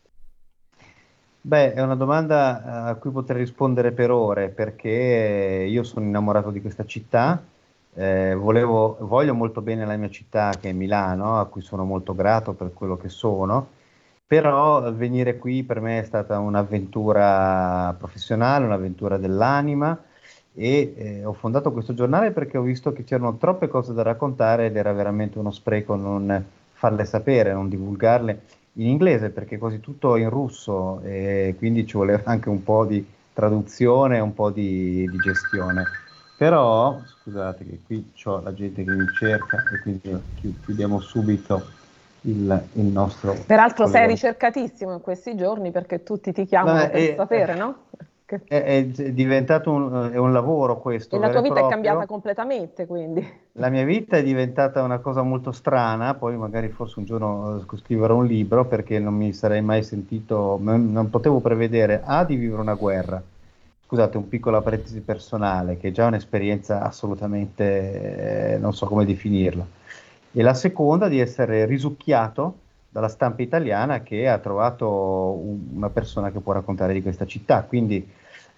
Beh, è una domanda a cui potrei rispondere per ore, perché io sono innamorato di questa città, eh, volevo, voglio molto bene la mia città che è Milano, a cui sono molto grato per quello che sono, però venire qui per me è stata un'avventura professionale, un'avventura dell'anima e eh, ho fondato questo giornale perché ho visto che c'erano troppe cose da raccontare ed era veramente uno spreco non farle sapere, non divulgarle in inglese, perché quasi tutto in russo e quindi ci voleva anche un po' di traduzione, un po' di, di gestione. Però, scusate che qui c'ho la gente che mi cerca e quindi chi- chiudiamo subito il, il nostro... Peraltro sei collega. ricercatissimo in questi giorni perché tutti ti chiamano Ma per è- sapere, no? Che- È, è diventato un, è un lavoro questo, E la vero tua e vita è proprio. cambiata completamente, quindi. La mia vita è diventata una cosa molto strana, poi magari forse un giorno eh, scriverò un libro perché non mi sarei mai sentito, non, non potevo prevedere A di vivere una guerra, scusate, un piccola parentesi personale, che è già un'esperienza assolutamente, eh, non so come definirla, e la seconda di essere risucchiato dalla stampa italiana che ha trovato un- una persona che può raccontare di questa città, quindi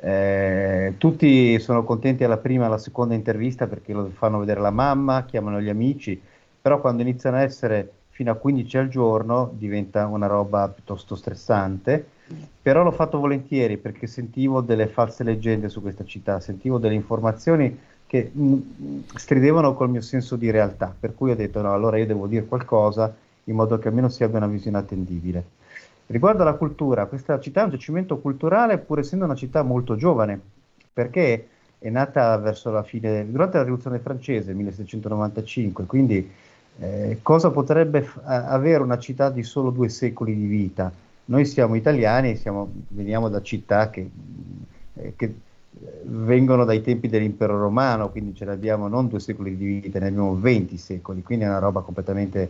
eh, tutti sono contenti alla prima e alla seconda intervista perché lo fanno vedere la mamma, chiamano gli amici, però quando iniziano a essere fino a quindici al giorno diventa una roba piuttosto stressante, però l'ho fatto volentieri perché sentivo delle false leggende su questa città, sentivo delle informazioni che mh, stridevano col mio senso di realtà, per cui ho detto no, allora io devo dire qualcosa in modo che almeno si abbia una visione attendibile. Riguardo alla cultura, questa città è un giacimento culturale pur essendo una città molto giovane, perché è nata verso la fine, durante la rivoluzione francese, millesettecentonovantacinque, quindi eh, cosa potrebbe f- a- avere una città di solo due secoli di vita? Noi siamo italiani, siamo- veniamo da città che, eh, che, eh, vengono dai tempi dell'impero romano, quindi ce ne abbiamo non due secoli di vita, ne abbiamo venti secoli, quindi è una roba completamente...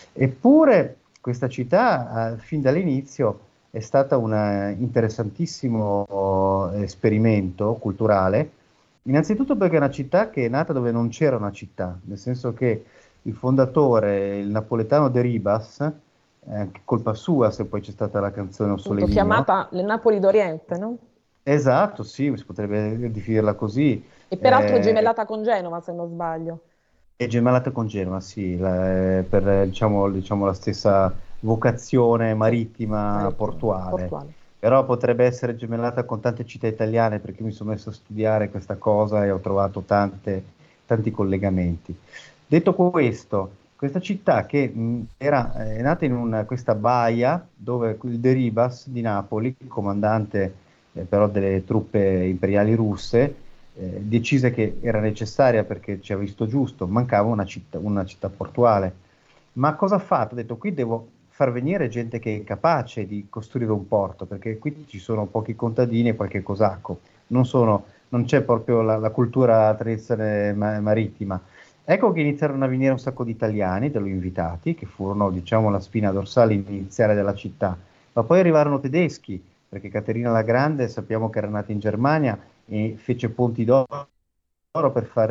Eppure questa città, eh, fin dall'inizio, è stata un interessantissimo eh, esperimento culturale, innanzitutto perché è una città che è nata dove non c'era una città, nel senso che il fondatore, il napoletano De Ribas, eh, anche colpa sua se poi c'è stata la canzone Appunto, Mussolini, chiamata le Napoli d'Oriente, no? esatto, sì, si potrebbe definirla così. E peraltro Eh, gemellata con Genova, se non sbaglio. È gemellata con Genova, sì, la- eh, per eh, diciamo, diciamo la stessa vocazione marittima, Marittima, portuale. portuale. Però potrebbe essere gemellata con tante città italiane perché mi sono messo a studiare questa cosa e ho trovato tante- tanti collegamenti. Detto questo, questa città che mh, era, è nata in una- questa baia dove il De Ribas di Napoli, il comandante eh, però delle truppe imperiali russe, eh, decise che era necessaria perché ci ha visto giusto, mancava una città, una città portuale. Ma cosa ha fatto? Ha detto qui devo far venire gente che è capace di costruire un porto, perché qui ci sono pochi contadini e qualche cosacco, non, sono, non c'è proprio la, la cultura tradizionale ma- marittima. Ecco che iniziarono a venire un sacco di italiani, da lui invitati, che furono diciamo la spina dorsale iniziale della città, ma poi arrivarono tedeschi, perché Caterina la Grande sappiamo che era nata in Germania e fece ponti d'oro per fare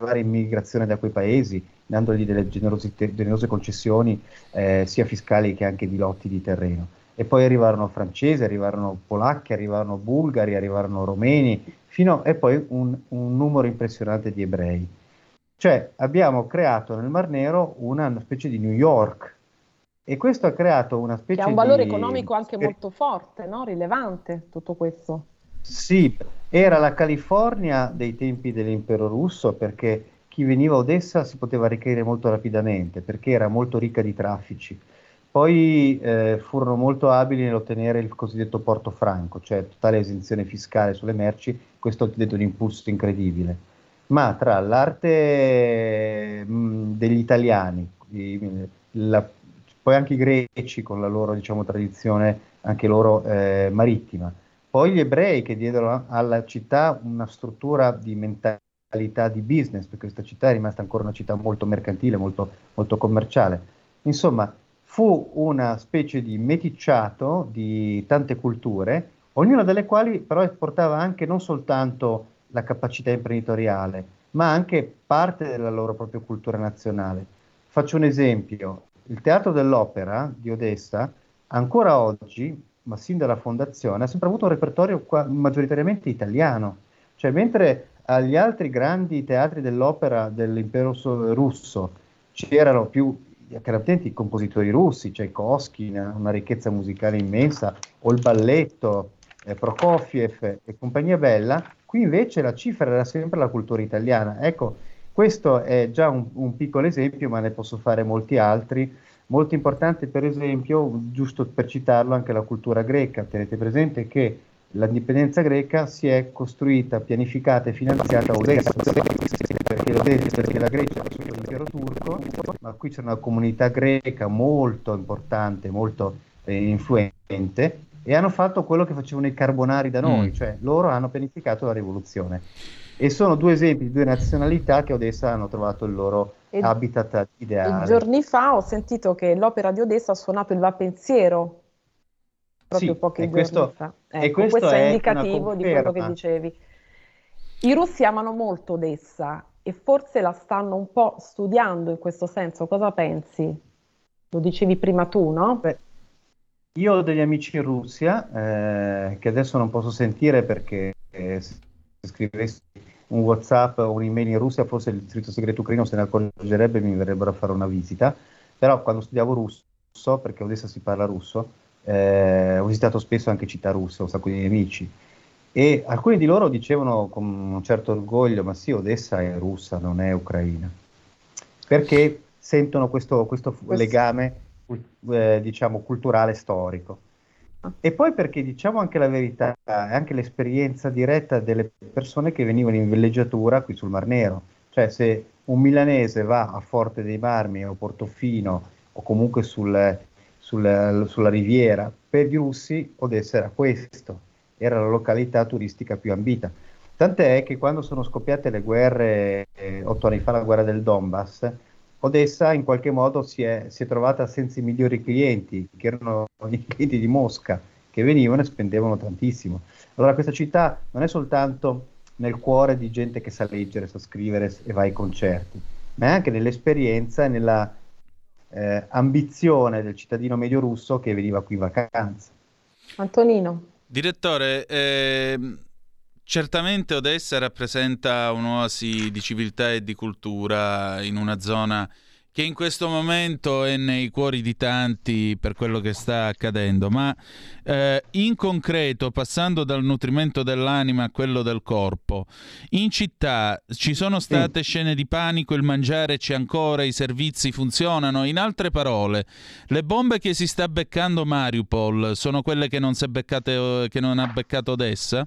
arrivare immigrazione da quei paesi, dandogli delle generosi- generose concessioni eh, sia fiscali che anche di lotti di terreno. E poi arrivarono francesi, arrivarono polacchi, arrivarono bulgari, arrivarono romeni, fino e poi un, un numero impressionante di ebrei. Cioè abbiamo creato nel Mar Nero una, una specie di New York, e questo ha creato una specie Che ha un valore di... economico anche molto forte, no? Rilevante, tutto questo. Sì, era la California dei tempi dell'impero russo, perché chi veniva a Odessa si poteva arricchire molto rapidamente, perché era molto ricca di traffici. Poi eh, furono molto abili nell'ottenere il cosiddetto porto franco, cioè totale esenzione fiscale sulle merci. Questo ha dato un impulso incredibile. Ma tra l'arte mh, degli italiani, i- la- poi anche i greci con la loro, diciamo, tradizione, anche loro eh, marittima, poi gli ebrei che diedero alla città una struttura di mentalità di business, perché questa città è rimasta ancora una città molto mercantile, molto, molto commerciale. Insomma, fu una specie di meticciato di tante culture, ognuna delle quali però portava anche non soltanto la capacità imprenditoriale, ma anche parte della loro propria cultura nazionale. Faccio un esempio: il Teatro dell'Opera di Odessa, ancora oggi, ma sin dalla fondazione, ha sempre avuto un repertorio qua- maggioritariamente italiano. Cioè, mentre agli altri grandi teatri dell'opera dell'impero so- russo c'erano più chiaramente i compositori russi, Tchaikovsky, una, una ricchezza musicale immensa, o il balletto, eh, Prokofiev e compagnia bella, qui invece la cifra era sempre la cultura italiana. Ecco, questo è già un, un piccolo esempio, ma ne posso fare molti altri. Molto importante, per esempio, giusto per citarlo, anche la cultura greca. Tenete presente che l'indipendenza greca si è costruita, pianificata e finanziata a Odessa, perché, Odessa, perché la Grecia era sotto l'impero turco, ma qui c'è una comunità greca molto importante, molto eh, influente, e hanno fatto quello che facevano i carbonari da noi, Mm. cioè loro hanno pianificato la rivoluzione. E sono due esempi di due nazionalità che a Odessa hanno trovato il loro E, habitat e ideale. giorni fa ho sentito che l'Opera di Odessa ha suonato il Va Pensiero proprio Sì, pochi e giorni questo, fa. e Ecco, questo questo è è una indicativo di quello che conferma. dicevi. I russi amano molto Odessa e forse la stanno un po' studiando in questo senso. Cosa pensi? Lo dicevi prima tu, no? Beh, io ho degli amici in Russia eh, che adesso non posso sentire perché eh, se scrivessi un WhatsApp o un'email in Russia, forse il servizio segreto ucraino se ne accorgerebbe e mi verrebbero a fare una visita. Però quando studiavo russo, perché a Odessa si parla russo, eh, ho visitato spesso anche città russe, ho un sacco di amici. E alcuni di loro dicevano con un certo orgoglio: ma sì, Odessa è russa, non è ucraina, perché sentono questo, questo fu- Questo- legame cul- eh, diciamo culturale storico. E poi perché, diciamo anche la verità, è anche l'esperienza diretta delle persone che venivano in villeggiatura qui sul Mar Nero. Cioè, se un milanese va a Forte dei Marmi o Portofino o comunque sul- sul- sulla riviera, per gli russi Odessa era questo, era la località turistica più ambita. Tant'è che quando sono scoppiate le guerre, eh, otto anni fa, la guerra del Donbass, Odessa in qualche modo si è, si è trovata senza i migliori clienti, che erano i clienti di Mosca, che venivano e spendevano tantissimo. Allora questa città non è soltanto nel cuore di gente che sa leggere, sa scrivere e va ai concerti, ma è anche nell'esperienza e nella eh, ambizione del cittadino medio russo che veniva qui in vacanza. Antonino, Direttore, ehm, certamente Odessa rappresenta un'oasi di civiltà e di cultura in una zona che in questo momento è nei cuori di tanti per quello che sta accadendo, ma eh, in concreto, passando dal nutrimento dell'anima a quello del corpo, in città ci sono state scene di panico, il mangiare c'è ancora, i servizi funzionano. In altre parole, le bombe che si sta beccando Mariupol sono quelle che non si è beccate, che non ha beccato Odessa?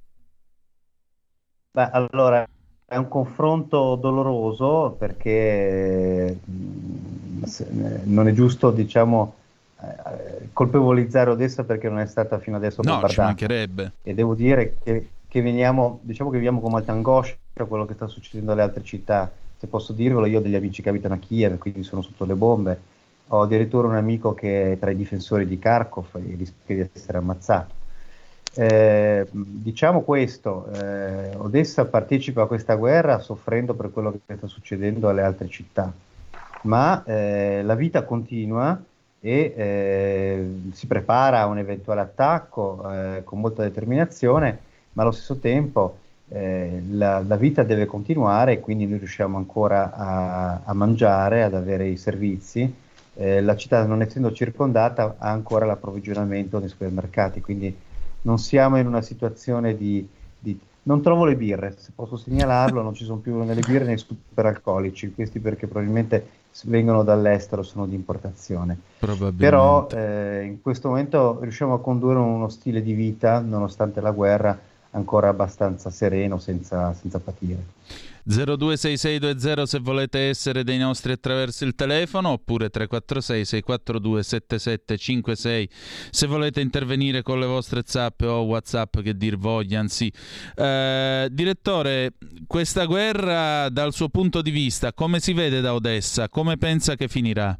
Beh, allora, è un confronto doloroso perché mh, se- eh, non è giusto, diciamo, eh, colpevolizzare Odessa perché non è stata fino adesso No, ci bombardata. mancherebbe. E devo dire che, che veniamo, diciamo che viviamo con molta angoscia quello che sta succedendo alle altre città. Se posso dirvelo, io ho degli amici che abitano a Kiev, quindi sono sotto le bombe. Ho addirittura un amico che è tra i difensori di Kharkov e rischia di essere ammazzato. Eh, diciamo questo, eh, Odessa partecipa a questa guerra soffrendo per quello che sta succedendo alle altre città, ma eh, la vita continua e eh, si prepara a un eventuale attacco eh, con molta determinazione, ma allo stesso tempo eh, la, la vita deve continuare e quindi noi riusciamo ancora a, a mangiare, ad avere i servizi. Eh, la città, non essendo circondata, ha ancora l'approvvigionamento nei supermercati, quindi non siamo in una situazione di, di... Non trovo le birre, se posso segnalarlo, non ci sono più né le birre né i superalcolici, questi perché probabilmente vengono dall'estero, sono di importazione. Però eh, in questo momento riusciamo a condurre uno stile di vita, nonostante la guerra, ancora abbastanza sereno, senza, senza patire. zero due sei sei due zero se volete essere dei nostri attraverso il telefono, oppure tre quattro sei sei quattro due sette sette cinque sei se volete intervenire con le vostre zappe o WhatsApp, che dir voglia, anzi. Eh, direttore, questa guerra dal suo punto di vista come si vede da Odessa? Come pensa che finirà?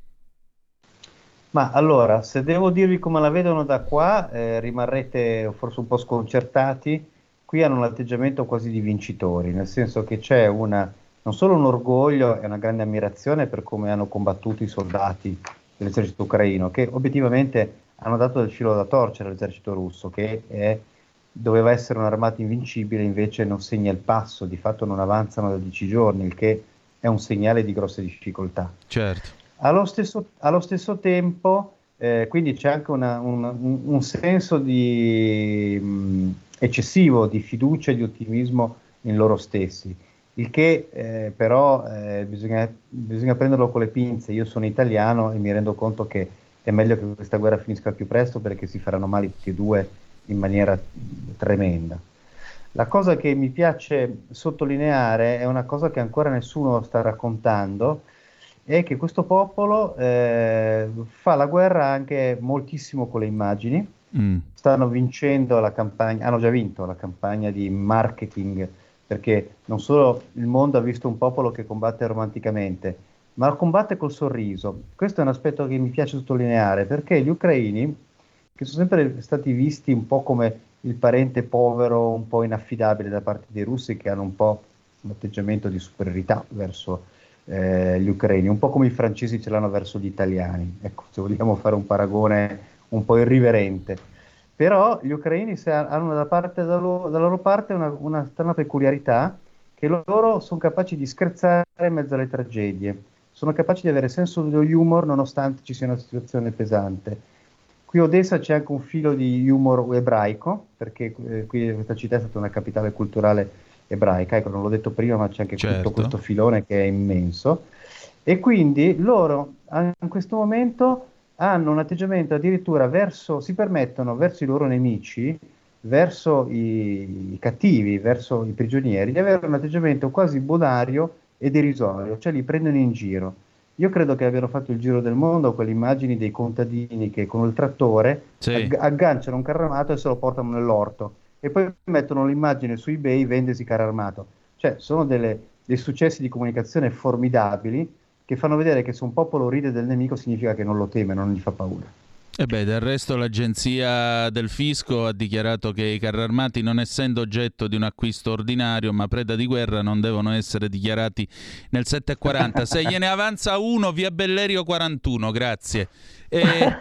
Ma allora, se devo dirvi come la vedono da qua, eh, rimarrete forse un po' sconcertati. Qui hanno un atteggiamento quasi di vincitori, nel senso che c'è una, non solo un orgoglio e una grande ammirazione per come hanno combattuto i soldati dell'esercito ucraino, che obiettivamente hanno dato del filo da torcere all'esercito russo, che è, doveva essere un'armata invincibile, invece non segna il passo, di fatto non avanzano da dieci giorni, il che è un segnale di grosse difficoltà. Certo. Allo stesso, allo stesso tempo, eh, quindi c'è anche una, una, un, un senso di... Mh, eccessivo di fiducia e di ottimismo in loro stessi, il che eh, però eh, bisogna, bisogna prenderlo con le pinze. Io sono italiano e mi rendo conto che è meglio che questa guerra finisca al più presto, perché si faranno male tutti e due in maniera tremenda. La cosa che mi piace sottolineare è una cosa che ancora nessuno sta raccontando, è che questo popolo eh, fa la guerra anche moltissimo con le immagini. Mm. Stanno vincendo la campagna, hanno già vinto la campagna di marketing, perché non solo il mondo ha visto un popolo che combatte romanticamente, ma combatte col sorriso. Questo è un aspetto che mi piace sottolineare, perché gli ucraini, che sono sempre stati visti un po' come il parente povero, un po' inaffidabile da parte dei russi, che hanno un po' un atteggiamento di superiorità verso eh, gli ucraini, un po' come i francesi ce l'hanno verso gli italiani, ecco, se vogliamo fare un paragone un po' irriverente. Però gli ucraini se hanno da parte, da loro, dalla loro parte una, una strana peculiarità, che loro sono capaci di scherzare in mezzo alle tragedie, sono capaci di avere senso dello humor nonostante ci sia una situazione pesante. Qui a Odessa c'è anche un filo di humor ebraico, perché eh, qui questa città è stata una capitale culturale ebraica, ecco, non l'ho detto prima, ma c'è anche certo. tutto questo filone che è immenso, e quindi loro in questo momento hanno un atteggiamento addirittura verso, si permettono verso i loro nemici, verso i, i cattivi, verso i prigionieri, di avere un atteggiamento quasi bonario e derisorio, cioè li prendono in giro. Io credo che abbiano fatto il giro del mondo quelle immagini dei contadini che con il trattore sì. ag- agganciano un carro armato e se lo portano nell'orto, e poi mettono l'immagine su eBay, vendesi carro armato. Cioè sono delle, dei successi di comunicazione formidabili, che fanno vedere che se un popolo ride del nemico significa che non lo teme, non gli fa paura. E beh, del resto l'agenzia del fisco ha dichiarato che i carri armati, non essendo oggetto di un acquisto ordinario ma preda di guerra, non devono essere dichiarati nel settecentoquaranta. Se gliene avanza uno, via Bellerio quarantuno, grazie. E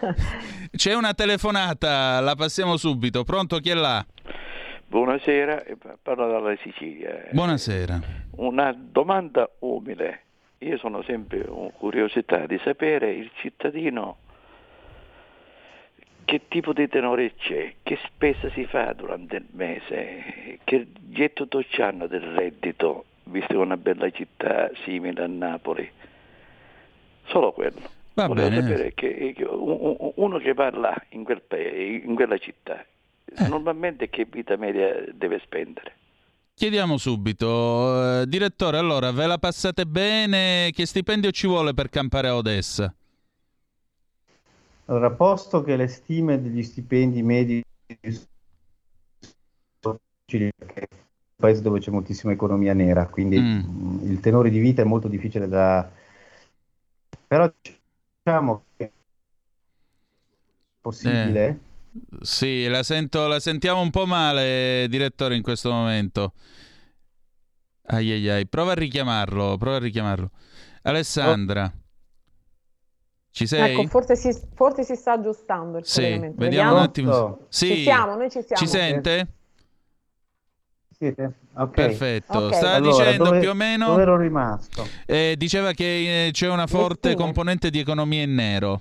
c'è una telefonata, la passiamo subito. Pronto, chi è là? Buonasera, parlo dalla Sicilia. Buonasera. Una domanda umile. Io sono sempre con curiosità di sapere il cittadino che tipo di tenore c'è, che spesa si fa durante il mese, che gettito c'hanno del reddito, visto che è una bella città simile a Napoli. Solo quello. Va Volevo bene. sapere che, che uno che parla in quel paese, in quella città, eh. normalmente che vita media deve spendere? Chiediamo subito, uh, direttore, allora ve la passate bene? Che stipendio ci vuole per campare a Odessa? Allora, posto che le stime degli stipendi medi sono difficili, perché è un paese dove c'è moltissima economia nera, quindi mm. il tenore di vita è molto difficile da... Però diciamo che è possibile, Sì, la sento, la sentiamo un po' male, direttore, in questo momento. Ai ai ai, prova a richiamarlo, prova a richiamarlo. Alessandra, ci sei? Ecco, forse si, forse si sta aggiustando il Sì, collegamento. vediamo un attimo. Sì. Ci siamo, noi ci siamo. Ci sente? Siete? Ok. Perfetto. Ok. Stava Allora, dicendo dove- più o meno... Dove ero rimasto? Eh, diceva che eh, c'è una forte stime. componente di economia in nero.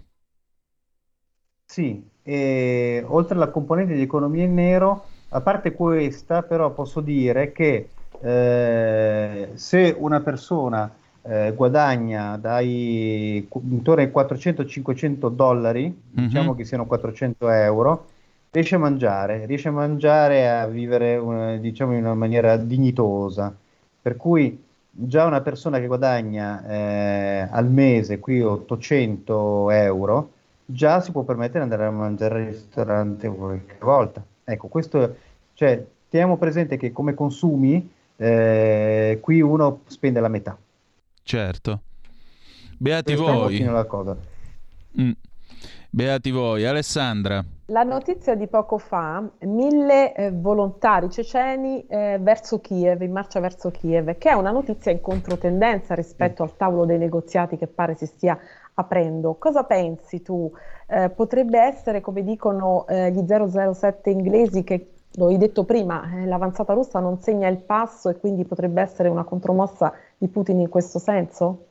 Sì, e oltre alla componente di economia in nero, a parte questa, però posso dire che eh, se una persona eh, guadagna dai intorno ai quattrocento cinquecento dollari, diciamo Mhm. che siano quattrocento euro, riesce a mangiare, riesce a mangiare, a vivere una- diciamo in una maniera dignitosa. Per cui già una persona che guadagna eh, al mese qui ottocento euro, già si può permettere di andare a mangiare al ristorante qualche volta. Ecco, questo, cioè, teniamo presente che come consumi, eh, qui uno spende la metà. Certo. Beati Questa è un voi. pochino la cosa. Mm. Beati voi. Alessandra. La notizia di poco fa, mille eh, volontari ceceni eh, verso Kiev, in marcia verso Kiev, che è una notizia in controtendenza rispetto al tavolo dei negoziati che pare si stia aprendo. Cosa pensi tu? Eh, potrebbe essere, come dicono eh, gli zero zero sette inglesi, che lo hai detto prima, eh, l'avanzata russa non segna il passo e quindi potrebbe essere una contromossa di Putin in questo senso?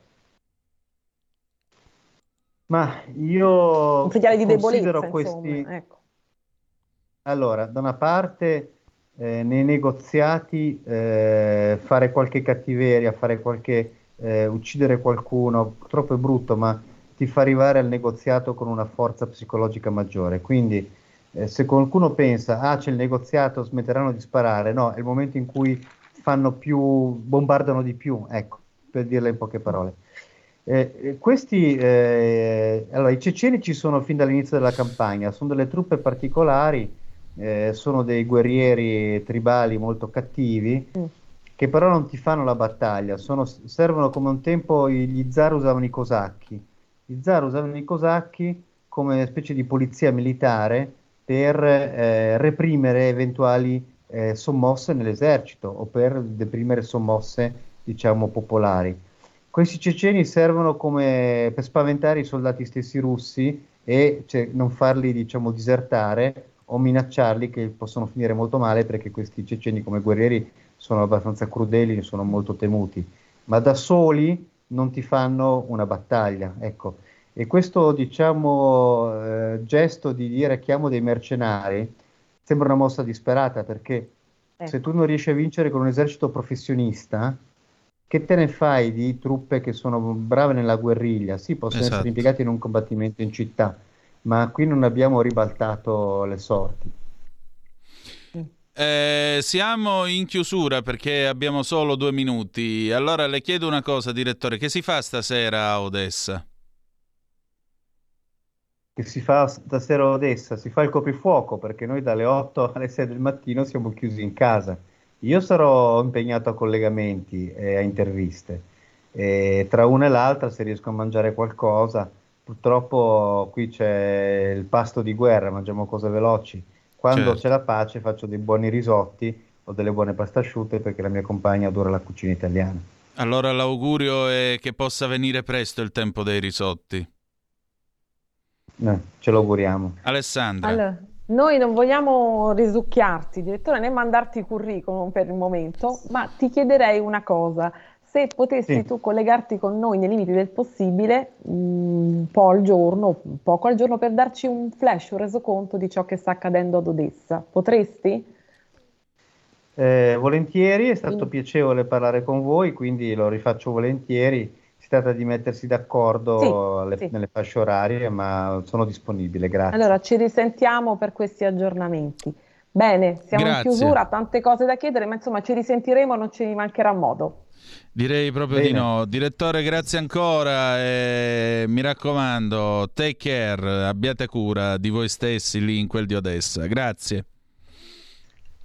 Ma io Un segnale di considero debolezza, questi... insomma, ecco. Allora, da una parte eh, nei negoziati eh, fare qualche cattiveria, fare qualche eh, uccidere qualcuno, purtroppo è brutto, ma ti fa arrivare al negoziato con una forza psicologica maggiore. Quindi eh, se qualcuno pensa, ah, c'è il negoziato, smetteranno di sparare, no, è il momento in cui fanno più, bombardano di più, ecco, per dirla in poche parole. Eh, eh, questi, eh, allora, i ceceni ci sono fin dall'inizio della campagna, sono delle truppe particolari, eh, sono dei guerrieri tribali molto cattivi, Mm. che però non ti fanno la battaglia, sono- servono come un tempo i- gli zar usavano i cosacchi. Gli zar usavano i cosacchi come una specie di polizia militare per eh, reprimere eventuali eh, sommosse nell'esercito o per deprimere sommosse, diciamo, popolari. Questi ceceni servono come per spaventare i soldati stessi russi e cioè, non farli, diciamo, disertare o minacciarli, che possono finire molto male perché questi ceceni come guerrieri sono abbastanza crudeli, sono molto temuti, ma da soli non ti fanno una battaglia, ecco. E questo, diciamo, eh, gesto di dire chiamo dei mercenari sembra una mossa disperata, perché se tu non riesci a vincere con un esercito professionista, che te ne fai di truppe che sono brave nella guerriglia? Sì, possono Esatto. essere impiegati in un combattimento in città, ma qui non abbiamo ribaltato le sorti. Eh, siamo in chiusura perché abbiamo solo due minuti. Allora le chiedo una cosa, direttore, che si fa stasera a Odessa? Che si fa stasera a Odessa? Si fa il coprifuoco, perché noi dalle otto alle sei del mattino siamo chiusi in casa. Io sarò impegnato a collegamenti e a interviste. E tra una e l'altra, se riesco a mangiare qualcosa, purtroppo qui c'è il pasto di guerra, mangiamo cose veloci. Quando Certo. c'è la pace faccio dei buoni risotti o delle buone pasta asciutte, perché la mia compagna adora la cucina italiana. Allora l'augurio è che possa venire presto il tempo dei risotti. Eh, ce lo auguriamo. Alessandra. Allora, noi non vogliamo risucchiarti, direttore, né mandarti curriculum per il momento, ma ti chiederei una cosa. Se potessi Sì. tu collegarti con noi nei limiti del possibile, mh, un po' al giorno, un poco al giorno, per darci un flash, un resoconto di ciò che sta accadendo ad Odessa. Potresti? Eh, volentieri, è stato Quindi- piacevole parlare con voi, quindi lo rifaccio volentieri. Si tratta di mettersi d'accordo Sì, alle- sì. nelle fasce orarie, ma sono disponibile, grazie. Allora, ci risentiamo per questi aggiornamenti. Bene, siamo in Grazie. chiusura, tante cose da chiedere, ma insomma ci risentiremo, non ci mancherà modo. Direi proprio di Bene. no. Direttore, grazie ancora e mi raccomando, take care, abbiate cura di voi stessi lì in quel di Odessa. Grazie. Grazie.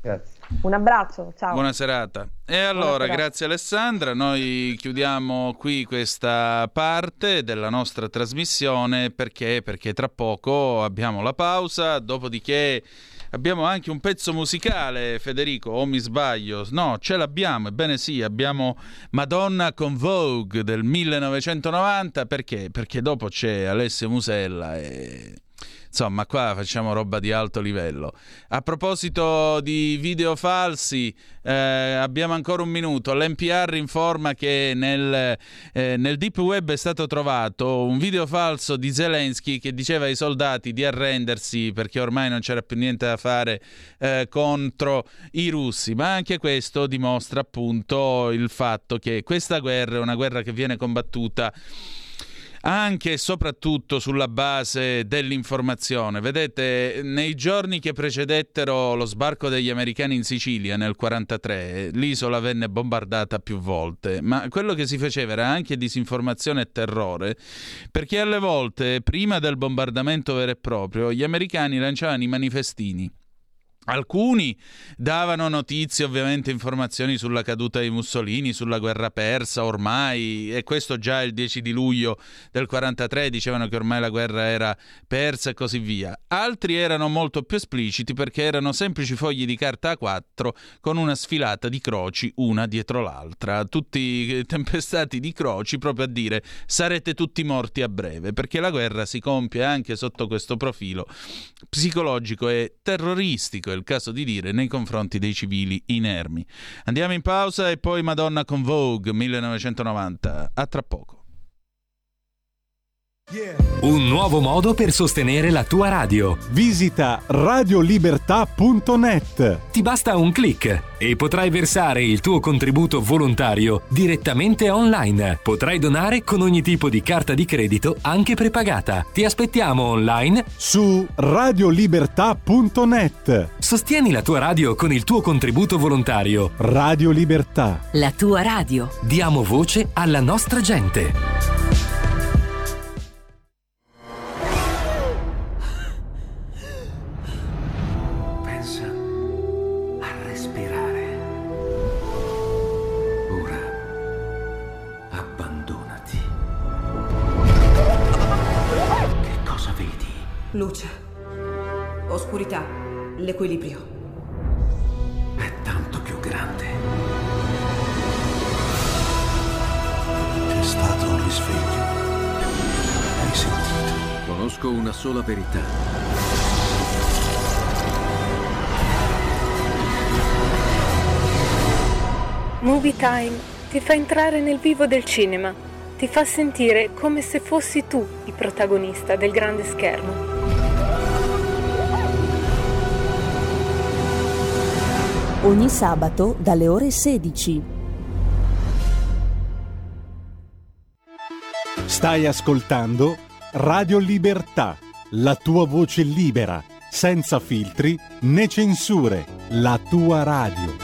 Un abbraccio, ciao. Buona serata. E allora, serata. grazie Alessandra, noi chiudiamo qui questa parte della nostra trasmissione perché? Perché tra poco abbiamo la pausa, dopodiché abbiamo anche un pezzo musicale, Federico, o mi sbaglio? No, ce l'abbiamo, ebbene sì, abbiamo Madonna con Vogue del millenovecentonovanta, perché? Perché dopo c'è Alessio Musella e... insomma, qua facciamo roba di alto livello. A proposito di video falsi, eh, abbiamo ancora un minuto. L'N P R informa che nel, eh, nel Deep Web è stato trovato un video falso di Zelensky che diceva ai soldati di arrendersi perché ormai non c'era più niente da fare eh, contro i russi. Ma anche questo dimostra appunto il fatto che questa guerra è una guerra che viene combattuta anche e soprattutto sulla base dell'informazione. Vedete, nei giorni che precedettero lo sbarco degli americani in Sicilia nel quarantatré, l'isola venne bombardata più volte, ma quello che si faceva era anche disinformazione e terrore, perché alle volte, prima del bombardamento vero e proprio, gli americani lanciavano i manifestini. Alcuni davano notizie, ovviamente informazioni sulla caduta di Mussolini, sulla guerra persa ormai, e questo già il dieci di luglio del quarantatré dicevano che ormai la guerra era persa e così via. Altri erano molto più espliciti perché erano semplici fogli di carta A quattro con una sfilata di croci una dietro l'altra, tutti tempestati di croci, proprio a dire sarete tutti morti a breve, perché la guerra si compie anche sotto questo profilo psicologico e terroristico, il caso di dire, nei confronti dei civili inermi. Andiamo in pausa e poi Madonna con Vogue millenovecentonovanta. A tra poco. Un nuovo modo per sostenere la tua radio. Visita radiolibertà punto net. Ti basta un click e potrai versare il tuo contributo volontario direttamente online. Potrai donare con ogni tipo di carta di credito, anche prepagata. Ti aspettiamo online su radiolibertà punto net. Sostieni la tua radio con il tuo contributo volontario. Radio Libertà. La tua radio. Diamo voce alla nostra gente. Luce, oscurità, l'equilibrio. È tanto più grande. C'è stato un risveglio. Hai sentito? Conosco una sola verità. Movie Time ti fa entrare nel vivo del cinema, ti fa sentire come se fossi tu il protagonista del grande schermo. Ogni sabato dalle ore sedici. Stai ascoltando Radio Libertà, la tua voce libera, senza filtri né censure, la tua radio.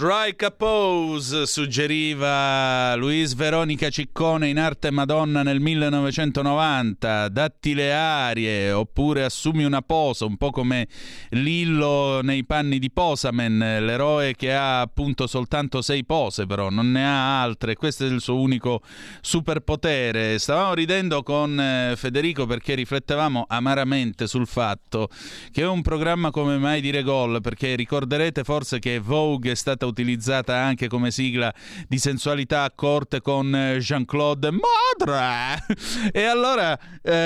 Strike a pose, suggeriva Luis Veronica Ciccone in Arte Madonna nel millenovecentonovanta. Datti le arie, oppure assumi una posa, un po' come Lillo nei panni di Posamen, l'eroe che ha appunto soltanto sei pose, però non ne ha altre. Questo è il suo unico superpotere. Stavamo ridendo con eh, Federico perché riflettevamo amaramente sul fatto che è un programma come Mai dire gol, perché ricorderete forse che Vogue è stata utilizzata anche come sigla di Sensualità a corte con Jean-Claude Madre. E allora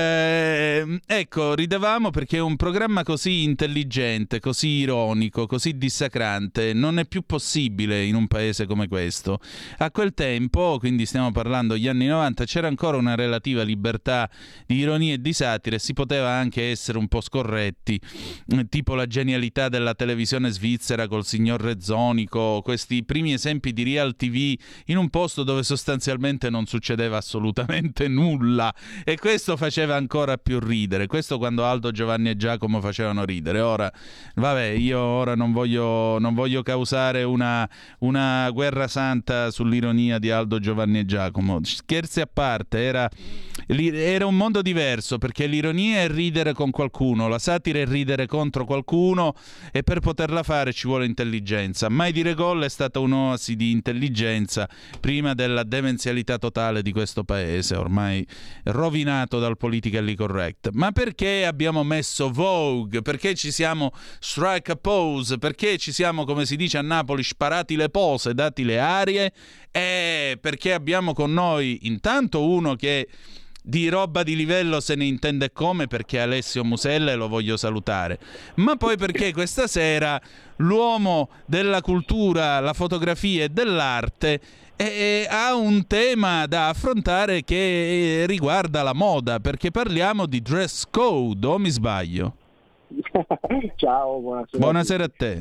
eh, ecco, ridevamo perché un programma così intelligente, così ironico, così dissacrante non è più possibile in un paese come questo. A quel tempo, quindi stiamo parlando degli anni novanta, c'era ancora una relativa libertà di ironia e di satira e si poteva anche essere un po' scorretti, tipo la genialità della televisione svizzera col signor Rezzonico, questi primi esempi di Real T V in un posto dove sostanzialmente non succedeva assolutamente nulla, e questo faceva ancora più ridere. Questo quando Aldo, Giovanni e Giacomo facevano ridere. Ora, vabbè, io ora non voglio, non voglio causare una, una guerra santa sull'ironia di Aldo, Giovanni e Giacomo. Scherzi a parte, era, era un mondo diverso, perché l'ironia è ridere con qualcuno, la satira è ridere contro qualcuno, e per poterla fare ci vuole intelligenza. Mai dire gol è stata un'oasi di intelligenza prima della demenzialità totale di questo paese, ormai rovinato dal politically correct. Ma perché abbiamo messo Vogue? Perché ci siamo strike a pose? Perché ci siamo, come si dice a Napoli, sparati le pose, dati le arie? Eh, perché abbiamo con noi intanto uno che di roba di livello se ne intende come, perché Alessio Musella, e lo voglio salutare, ma poi perché questa sera l'uomo della cultura, la fotografia e dell'arte eh, ha un tema da affrontare che riguarda la moda, perché parliamo di dress code, o mi sbaglio? Ciao, buonasera. Buonasera a te.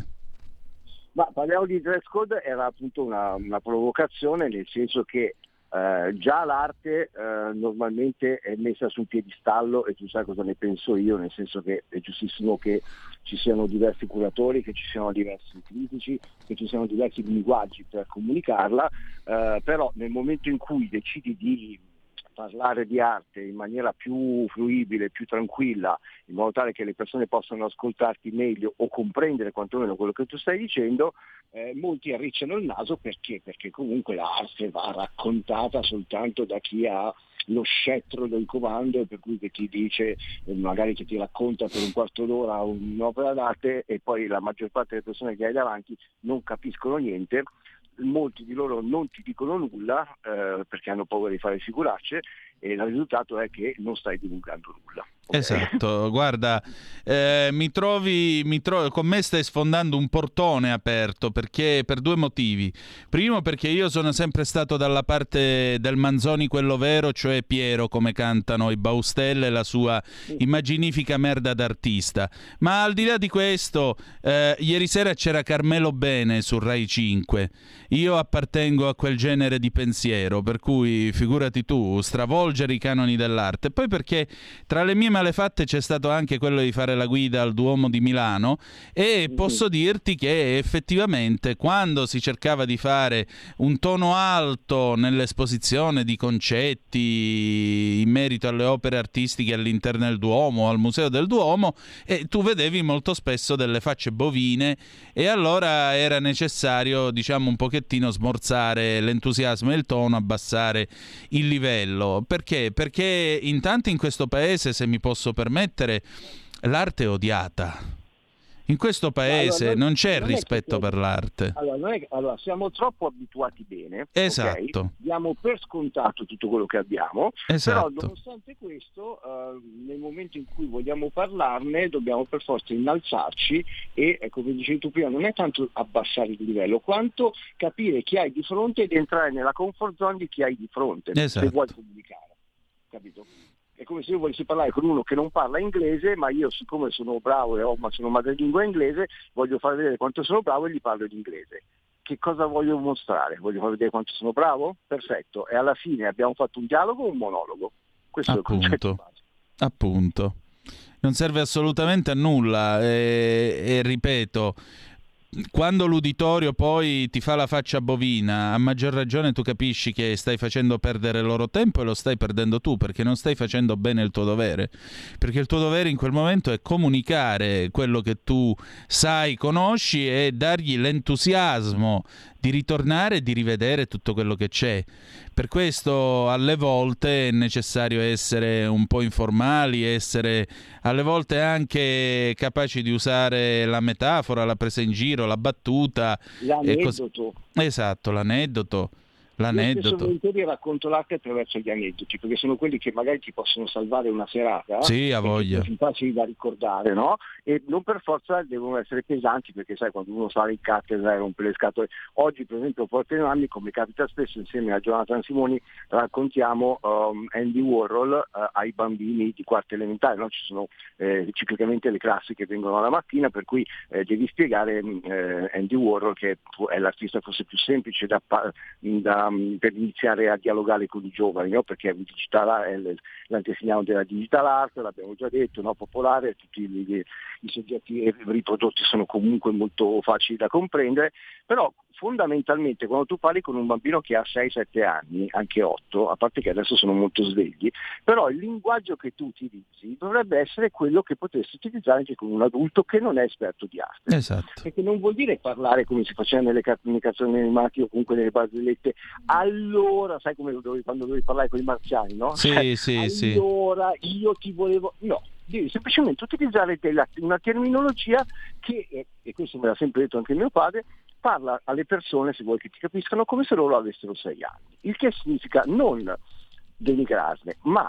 Ma parliamo di dress code, era appunto una, una provocazione, nel senso che Uh, già l'arte uh, normalmente è messa sul piedistallo, e tu sai cosa ne penso io, nel senso che è giustissimo che ci siano diversi curatori, che ci siano diversi critici, che ci siano diversi linguaggi per comunicarla, uh, però nel momento in cui decidi di parlare di arte in maniera più fruibile, più tranquilla, in modo tale che le persone possano ascoltarti meglio o comprendere quantomeno quello che tu stai dicendo, eh, molti arricciano il naso. Perché? Perché comunque l'arte va raccontata soltanto da chi ha lo scettro del comando, e per cui che ti dice, magari che ti racconta per un quarto d'ora un'opera d'arte, e poi la maggior parte delle persone che hai davanti non capiscono niente. Molti di loro non ti dicono nulla eh, perché hanno paura di fare figuracce, e il risultato è che non stai divulgando nulla. Okay. Esatto, guarda, eh, mi trovi, mi trovi, con me stai sfondando un portone aperto, perché per due motivi. Primo, perché io sono sempre stato dalla parte del Manzoni quello vero, cioè Piero, come cantano i Baustelle, la sua immaginifica merda d'artista. Ma al di là di questo, eh, ieri sera c'era Carmelo Bene su Rai cinque. Io appartengo a quel genere di pensiero, per cui figurati tu, stravolgere i canoni dell'arte. Poi perché tra le mie malefatte c'è stato anche quello di fare la guida al Duomo di Milano, e posso dirti che effettivamente quando si cercava di fare un tono alto nell'esposizione di concetti in merito alle opere artistiche all'interno del Duomo, al Museo del Duomo, e tu vedevi molto spesso delle facce bovine, e allora era necessario, diciamo, un pochettino smorzare l'entusiasmo e il tono, abbassare il livello. Perché? Perché intanto in questo paese, se mi posso permettere, l'arte è odiata. In questo paese allora, non, non c'è non rispetto per l'arte. Allora, non è che, allora, siamo troppo abituati bene. Esatto. Okay? Diamo per scontato tutto quello che abbiamo. Esatto. Però nonostante questo, uh, nel momento in cui vogliamo parlarne, dobbiamo per forza innalzarci e, eh, come dicevi tu prima, non è tanto abbassare il livello, quanto capire chi hai di fronte ed entrare nella comfort zone di chi hai di fronte, esatto. se vuoi comunicare. Capito? È come se io volessi parlare con uno che non parla inglese, ma io, siccome sono bravo e ho, ma sono madrelingua inglese, voglio far vedere quanto sono bravo e gli parlo in inglese. Che cosa voglio mostrare? Voglio far vedere quanto sono bravo? Perfetto. E alla fine abbiamo fatto un dialogo o un monologo? Questo appunto, è il concetto base. Appunto. Non serve assolutamente a nulla, e, e ripeto, quando l'uditorio poi ti fa la faccia bovina, a maggior ragione tu capisci che stai facendo perdere il loro tempo e lo stai perdendo tu, perché non stai facendo bene il tuo dovere, perché il tuo dovere in quel momento è comunicare quello che tu sai, conosci, e dargli l'entusiasmo di ritornare e di rivedere tutto quello che c'è. Per questo alle volte è necessario essere un po' informali, essere alle volte anche capaci di usare la metafora, la presa in giro, la battuta. L'aneddoto. Cos- esatto, l'aneddoto. L'aneddoto. Io spesso volentieri racconto l'arte attraverso gli aneddoti, perché sono quelli che magari ti possono salvare una serata. Sì, a voglia. Sono facili da ricordare, no? E non per forza devono essere pesanti, perché sai, quando uno sale in cattedra e rompe le scatole. Oggi, per esempio, a Portenanni, come capita spesso, insieme a Jonathan Simoni, raccontiamo um, Andy Warhol uh, ai bambini di quarta elementare, no? Ci sono eh, ciclicamente le classi che vengono alla mattina, per cui eh, devi spiegare eh, Andy Warhol, che è l'artista forse più semplice da, da per iniziare a dialogare con i giovani, no? Perché il digital è l'antesignano della digital art, l'abbiamo già detto, no? Popolare, tutti i, i, i soggetti riprodotti sono comunque molto facili da comprendere, però fondamentalmente quando tu parli con un bambino che ha sei sette anni, anche otto, a parte che adesso sono molto svegli, però il linguaggio che tu utilizzi dovrebbe essere quello che potresti utilizzare anche con un adulto che non è esperto di arte. Esatto. Perché non vuol dire parlare come si faceva nelle cartoni animati o comunque nelle barzellette, allora, sai come dovevi, quando dovevi parlare con i marziani, no? Sì, cioè, sì, allora sì. Io ti volevo... No, devi semplicemente utilizzare della, una terminologia che, e questo me l'ha sempre detto anche mio padre, parla alle persone, se vuoi che ti capiscano, come se loro avessero sei anni. Il che significa non denigrarle, ma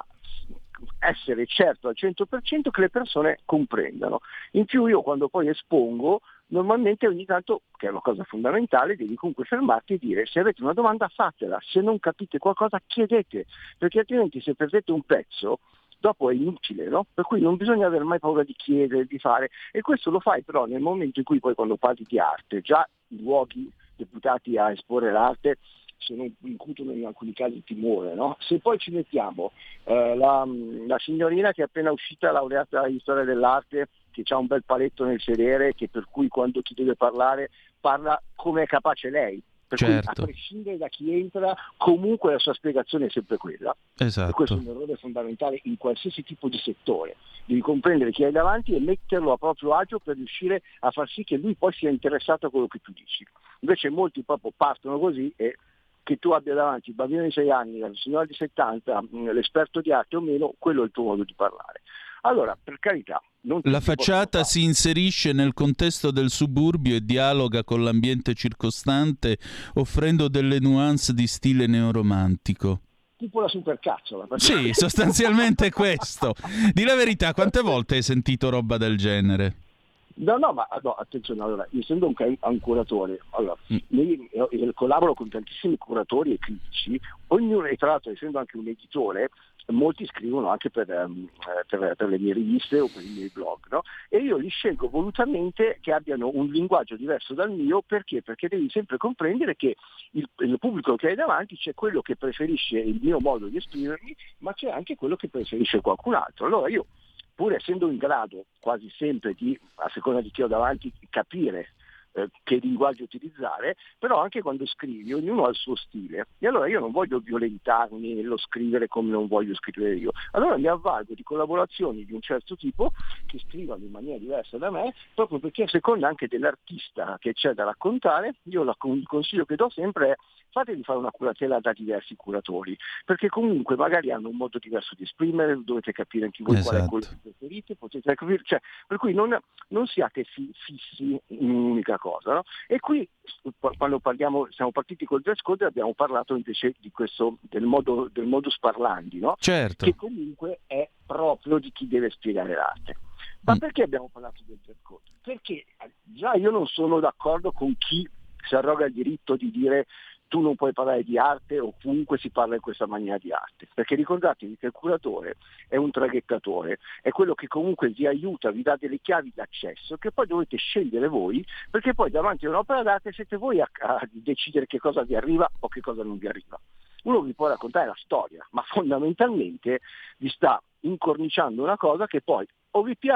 essere certo al cento per cento che le persone comprendano. In più io quando poi espongo, normalmente ogni tanto, che è una cosa fondamentale, devi comunque fermarti e dire: se avete una domanda fatela, se non capite qualcosa chiedete, perché altrimenti se perdete un pezzo dopo è inutile, no? Per cui non bisogna avere mai paura di chiedere, di fare, e questo lo fai però nel momento in cui poi quando parli di arte, già i luoghi deputati a esporre l'arte sono incutono in alcuni casi timore, no? Se poi ci mettiamo eh, la, la signorina che è appena uscita laureata in storia dell'arte, che ha un bel paletto nel sedere, che per cui quando ti deve parlare parla come è capace lei, per certo. cui a prescindere da chi entra comunque la sua spiegazione è sempre quella. Esatto. E questo è un errore fondamentale in qualsiasi tipo di settore, devi comprendere chi hai davanti e metterlo a proprio agio per riuscire a far sì che lui poi sia interessato a quello che tu dici. Invece molti proprio partono così, e che tu abbia davanti il bambino di sei anni, la signora di settanta, l'esperto di arte o meno, quello è il tuo modo di parlare. Allora, per carità, non la facciata si inserisce nel contesto del suburbio e dialoga con l'ambiente circostante, offrendo delle nuance di stile neoromantico. Tipo la supercazzola. Sì, sostanzialmente questo. Di la verità, quante volte hai sentito roba del genere? No, no, ma no, attenzione, allora, essendo un, un curatore, allora, mm. io, io, io collaboro con tantissimi curatori e critici, ognuno, e tra l'altro essendo anche un editore, molti scrivono anche per, um, per, per le mie riviste o per i miei blog, no? E io li scelgo volutamente che abbiano un linguaggio diverso dal mio, perché? Perché devi sempre comprendere che il, il pubblico che hai davanti c'è quello che preferisce il mio modo di esprimermi, ma c'è anche quello che preferisce qualcun altro. Allora io, pur essendo in grado quasi sempre di, a seconda di chi ho davanti, capire eh, che linguaggio utilizzare, però anche quando scrivi ognuno ha il suo stile, e allora io non voglio violentarmi nello scrivere come non voglio scrivere io, allora mi avvalgo di collaborazioni di un certo tipo che scrivano in maniera diversa da me, proprio perché a seconda anche dell'artista che c'è da raccontare, io la, il consiglio che do sempre è: fatevi fare una curatela da diversi curatori, perché comunque magari hanno un modo diverso di esprimere, dovete capire anche voi esatto. qual è quello che preferite, potete capire, cioè, per cui non, non siate fi, fissi in un'unica cosa, no? E qui quando parliamo, siamo partiti col dress code, abbiamo parlato invece di questo, del modo, del modus parlandi, no? Certo. Che comunque è proprio di chi deve spiegare l'arte. Ma mm. perché abbiamo parlato del dress code? Perché già io non sono d'accordo con chi si arroga il diritto di dire tu non puoi parlare di arte o comunque si parla in questa maniera di arte, perché ricordatevi che il curatore è un traghettatore, è quello che comunque vi aiuta, vi dà delle chiavi d'accesso che poi dovete scegliere voi, perché poi davanti a un'opera d'arte siete voi a, a decidere che cosa vi arriva o che cosa non vi arriva. Uno vi può raccontare la storia, ma fondamentalmente vi sta incorniciando una cosa che poi o vi piace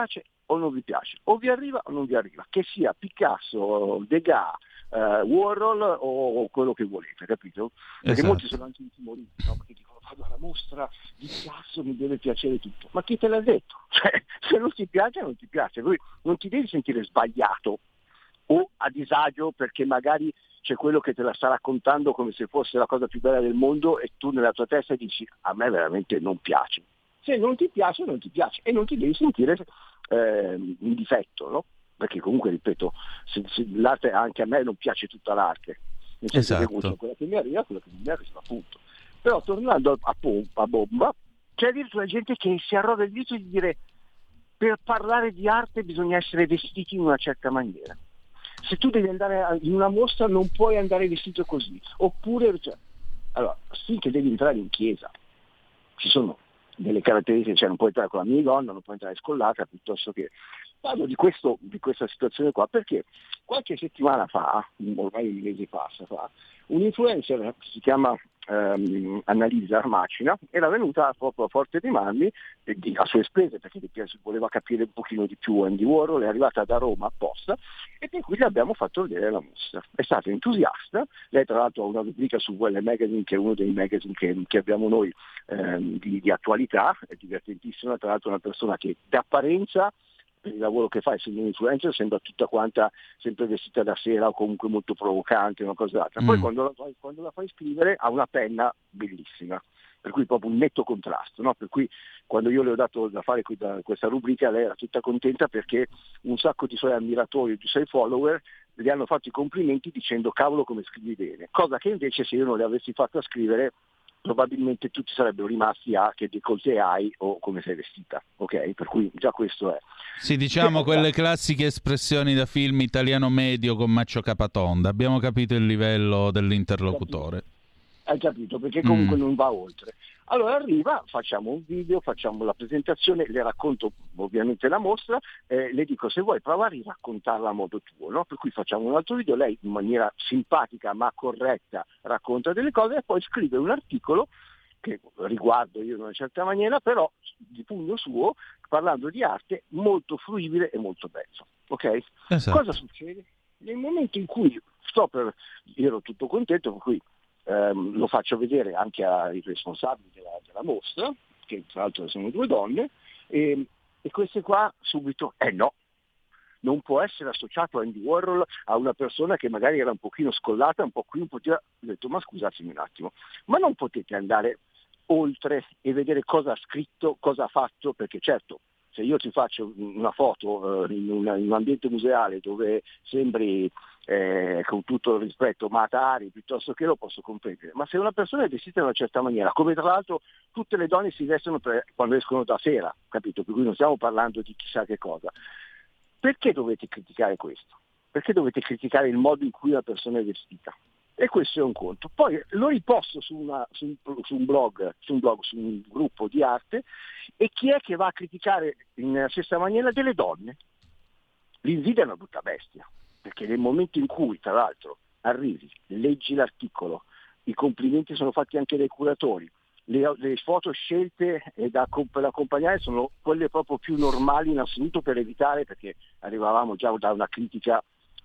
o non vi piace, o vi arriva o non vi arriva, che sia Picasso, Degas, uh, Warhol o, o quello che volete, capito? Perché esatto. molti sono anche intimoriti, no? Perché dicono vado alla mostra di Picasso, mi deve piacere tutto, ma chi te l'ha detto? Cioè, se non ti piace non ti piace, poi non ti devi sentire sbagliato o a disagio perché magari c'è quello che te la sta raccontando come se fosse la cosa più bella del mondo e tu nella tua testa dici a me veramente non piace. Se non ti piace non ti piace e non ti devi sentire eh, in difetto, no? Perché comunque ripeto, se, se l'arte anche a me non piace tutta l'arte, nel senso esatto. che gusto quella che mi arriva, quella che non mi arriva, appunto. Però tornando a, pompa, a bomba, c'è addirittura gente che si arroga il diritto di dire per parlare di arte bisogna essere vestiti in una certa maniera. Se tu devi andare in una mostra non puoi andare vestito così, oppure cioè, allora sì che devi entrare in chiesa, ci sono delle caratteristiche, cioè non puoi entrare con la minigonna, non puoi entrare scollata, piuttosto che parlo di questo, di questa situazione qua perché qualche settimana fa, ormai un mese passa fa, un influencer che si chiama ehm, Annalisa Macina era venuta proprio a Forte dei Marmi e di, a sue spese perché voleva capire un pochino di più Andy Warhol, è arrivata da Roma apposta e per cui le abbiamo fatto vedere la mostra. È stata entusiasta, lei tra l'altro ha una rubrica su V L Magazine che è uno dei magazine che, che abbiamo noi ehm, di, di attualità, è divertentissima, tra l'altro è una persona che d'apparenza per il lavoro che fa, essendo un influencer, sembra tutta quanta sempre vestita da sera o comunque molto provocante, una cosa d'altra. Poi mm. quando, la fai, quando la fai scrivere ha una penna bellissima, per cui proprio un netto contrasto, no? Per cui quando io le ho dato da fare questa rubrica lei era tutta contenta perché un sacco di suoi ammiratori, di suoi follower gli hanno fatto i complimenti dicendo cavolo come scrivi bene, cosa che invece se io non le avessi fatto a scrivere probabilmente tutti sarebbero rimasti a che décolleté hai o come sei vestita, ok? Per cui già questo è. Sì, diciamo quelle classiche espressioni da film italiano medio con Maccio Capatonda, abbiamo capito il livello dell'interlocutore. Hai capito, perché comunque mm. non va oltre. Allora arriva, facciamo un video, facciamo la presentazione, le racconto ovviamente la mostra, eh, le dico se vuoi provare a raccontarla a modo tuo, no? Per cui facciamo un altro video, lei in maniera simpatica ma corretta racconta delle cose e poi scrive un articolo che riguardo io in una certa maniera, però di pugno suo, parlando di arte, molto fruibile e molto bello. Ok? Esatto. Cosa succede? Nel momento in cui sto per, io ero tutto contento, per cui ehm, lo faccio vedere anche ai responsabili della, della mostra, che tra l'altro sono due donne, e, e queste qua subito, eh no, non può essere associato a Andy Warhol a una persona che magari era un pochino scollata, un po' qui, un po' di là. Ho detto, ma scusatemi un attimo, ma non potete andare oltre e vedere cosa ha scritto, cosa ha fatto, perché certo, se io ti faccio una foto eh, in, una, in un ambiente museale dove sembri eh, con tutto il rispetto Matari piuttosto che lo posso comprendere, ma se una persona è vestita in una certa maniera, come tra l'altro tutte le donne si vestono per, quando escono da sera, capito? Per cui non stiamo parlando di chissà che cosa. Perché dovete criticare questo? Perché dovete criticare il modo in cui la persona è vestita? E questo è un conto. Poi lo riposto su, una, su, un, su un blog, su un blog, su un gruppo di arte, e chi è che va a criticare in stessa maniera delle donne? L'invidia è una brutta bestia, perché nel momento in cui, tra l'altro, arrivi, leggi l'articolo, i complimenti sono fatti anche dai curatori, le, le foto scelte da, per accompagnare sono quelle proprio più normali in assoluto per evitare, perché arrivavamo già da una critica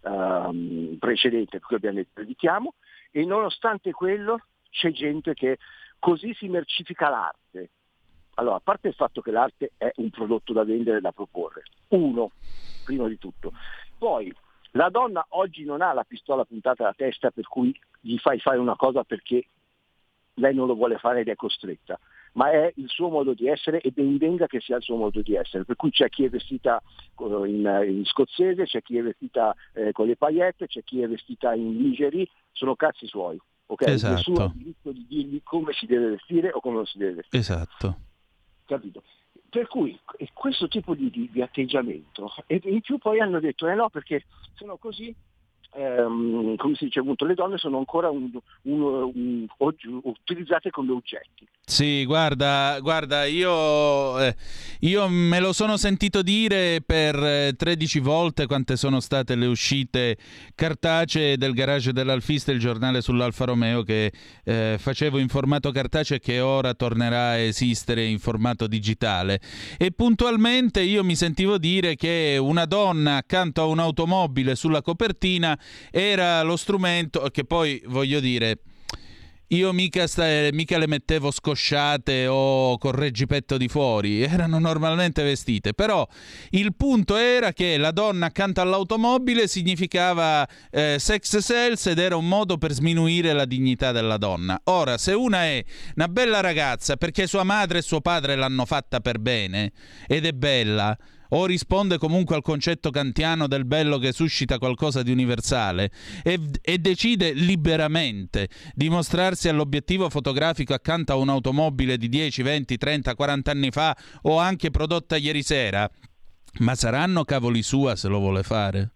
um, precedente, per cui abbiamo detto evitiamo, e nonostante quello c'è gente che così si mercifica l'arte. Allora, a parte il fatto che l'arte è un prodotto da vendere e da proporre, uno, prima di tutto. Poi, la donna oggi non ha la pistola puntata alla testa per cui gli fai fare una cosa perché lei non lo vuole fare ed è costretta, ma è il suo modo di essere e ben venga che sia il suo modo di essere. Per cui c'è chi è vestita in, in scozzese, c'è chi è vestita eh, con le paillette, c'è chi è vestita in lingerie, sono cazzi suoi. Okay? Esatto. Nessuno ha il diritto di dirgli come si deve vestire o come non si deve vestire. Esatto. Capito? Per cui questo tipo di, di, di atteggiamento, e in più poi hanno detto eh no, perché se no così ehm, come si dice appunto, le donne sono ancora un, un, un, un, utilizzate come oggetti. Sì, guarda, guarda, io, eh, io me lo sono sentito dire per eh, tredici volte quante sono state le uscite cartacee del garage dell'Alfista, il giornale sull'Alfa Romeo che eh, facevo in formato cartaceo e che ora tornerà a esistere in formato digitale. E puntualmente io mi sentivo dire che una donna accanto a un'automobile sulla copertina era lo strumento che poi, voglio dire... Io mica, sta, mica le mettevo scosciate o col reggipetto di fuori, erano normalmente vestite, però il punto era che la donna accanto all'automobile significava eh, sex sales ed era un modo per sminuire la dignità della donna. Ora, se una è una bella ragazza perché sua madre e suo padre l'hanno fatta per bene ed è bella, o risponde comunque al concetto kantiano del bello che suscita qualcosa di universale e, e decide liberamente di mostrarsi all'obiettivo fotografico accanto a un'automobile di dieci, venti, trenta, quaranta anni fa o anche prodotta ieri sera, ma saranno cavoli sua se lo vuole fare?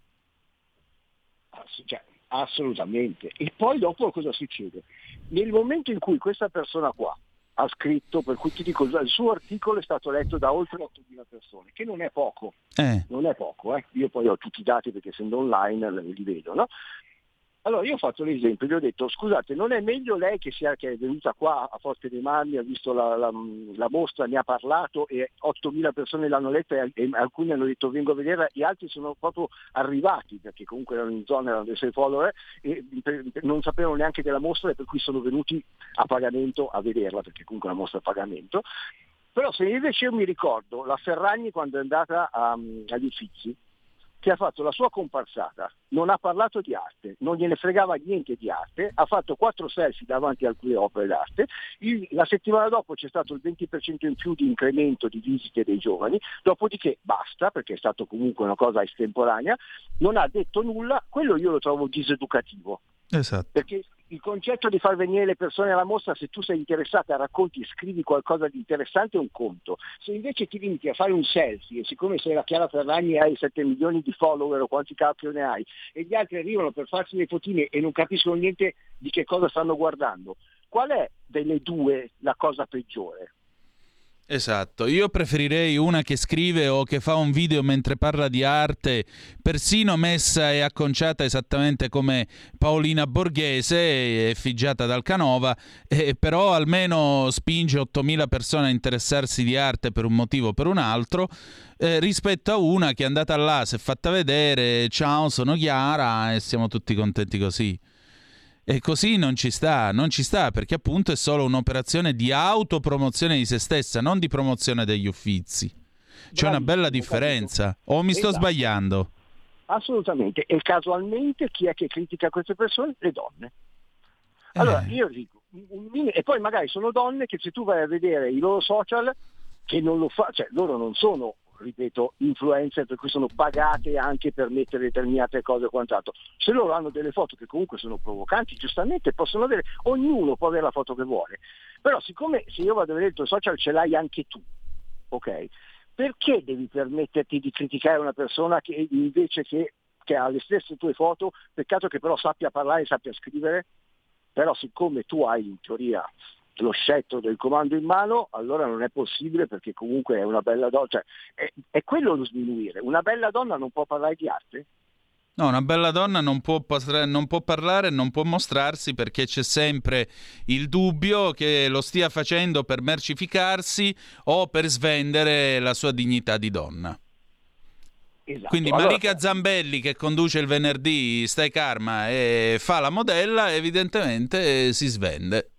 Cioè, assolutamente. E poi dopo cosa succede? Nel momento in cui questa persona qua ha scritto, per cui ti dico, il suo articolo è stato letto da oltre ottomila persone, che non è poco, eh. non è poco, eh. Io poi ho tutti i dati perché essendo online li vedo, no? Allora io ho fatto l'esempio, gli ho detto scusate, non è meglio lei che, sia, che è venuta qua a Forte dei Marmi, ha visto la, la, la mostra, ne ha parlato e ottomila persone l'hanno letta e, e alcuni hanno detto vengo a vederla, gli altri sono proprio arrivati perché comunque erano in zona, erano dei suoi follower e per, per, non sapevano neanche della mostra e per cui sono venuti a pagamento a vederla perché comunque è una mostra a pagamento. Però se invece io mi ricordo la Ferragni quando è andata a, agli Uffizi, che ha fatto la sua comparsata, non ha parlato di arte, non gliene fregava niente di arte, ha fatto quattro selfie davanti a alcune opere d'arte, il, la settimana dopo c'è stato il venti per cento in più di incremento di visite dei giovani, dopodiché basta, perché è stato comunque una cosa estemporanea, non ha detto nulla, quello io lo trovo diseducativo. Esatto. Perché il concetto di far venire le persone alla mostra, se tu sei interessato a racconti e scrivi qualcosa di interessante è un conto. Se invece ti limiti a fare un selfie e siccome sei la Chiara Ferragni e hai sette milioni di follower o quanti cacchio ne hai e gli altri arrivano per farsi le fotine e non capiscono niente di che cosa stanno guardando, qual è delle due la cosa peggiore? Esatto, io preferirei una che scrive o che fa un video mentre parla di arte, persino messa e acconciata esattamente come Paolina Borghese, effigiata dal Canova, eh, però almeno spinge ottomila persone a interessarsi di arte per un motivo o per un altro, eh, rispetto a una che è andata là, si è fatta vedere, ciao sono Chiara e siamo tutti contenti così. E così non ci sta, non ci sta perché appunto è solo un'operazione di autopromozione di se stessa, non di promozione degli Uffizi. C'è una bella differenza. O mi sto esatto. sbagliando? Assolutamente. E casualmente chi è che critica queste persone? Le donne. Allora eh. io dico, e poi magari sono donne che se tu vai a vedere i loro social, che non lo fa, cioè loro non sono, ripeto, influencer per cui sono pagate anche per mettere determinate cose e quant'altro. Se loro hanno delle foto che comunque sono provocanti, giustamente possono avere, ognuno può avere la foto che vuole. Però siccome se io vado a vedere il tuo social ce l'hai anche tu, ok? Perché devi permetterti di criticare una persona che invece che, che ha le stesse tue foto, peccato che però sappia parlare e sappia scrivere? Però siccome tu hai in teoria lo scettro del comando in mano, allora non è possibile perché comunque è una bella donna, cioè è, è quello lo sminuire. Una bella donna non può parlare di arte? No, una bella donna non può, non può parlare, non può mostrarsi perché c'è sempre il dubbio che lo stia facendo per mercificarsi o per svendere la sua dignità di donna. Esatto. Quindi allora, Malika Zambelli che conduce il venerdì Stai Karma e fa la modella evidentemente si svende.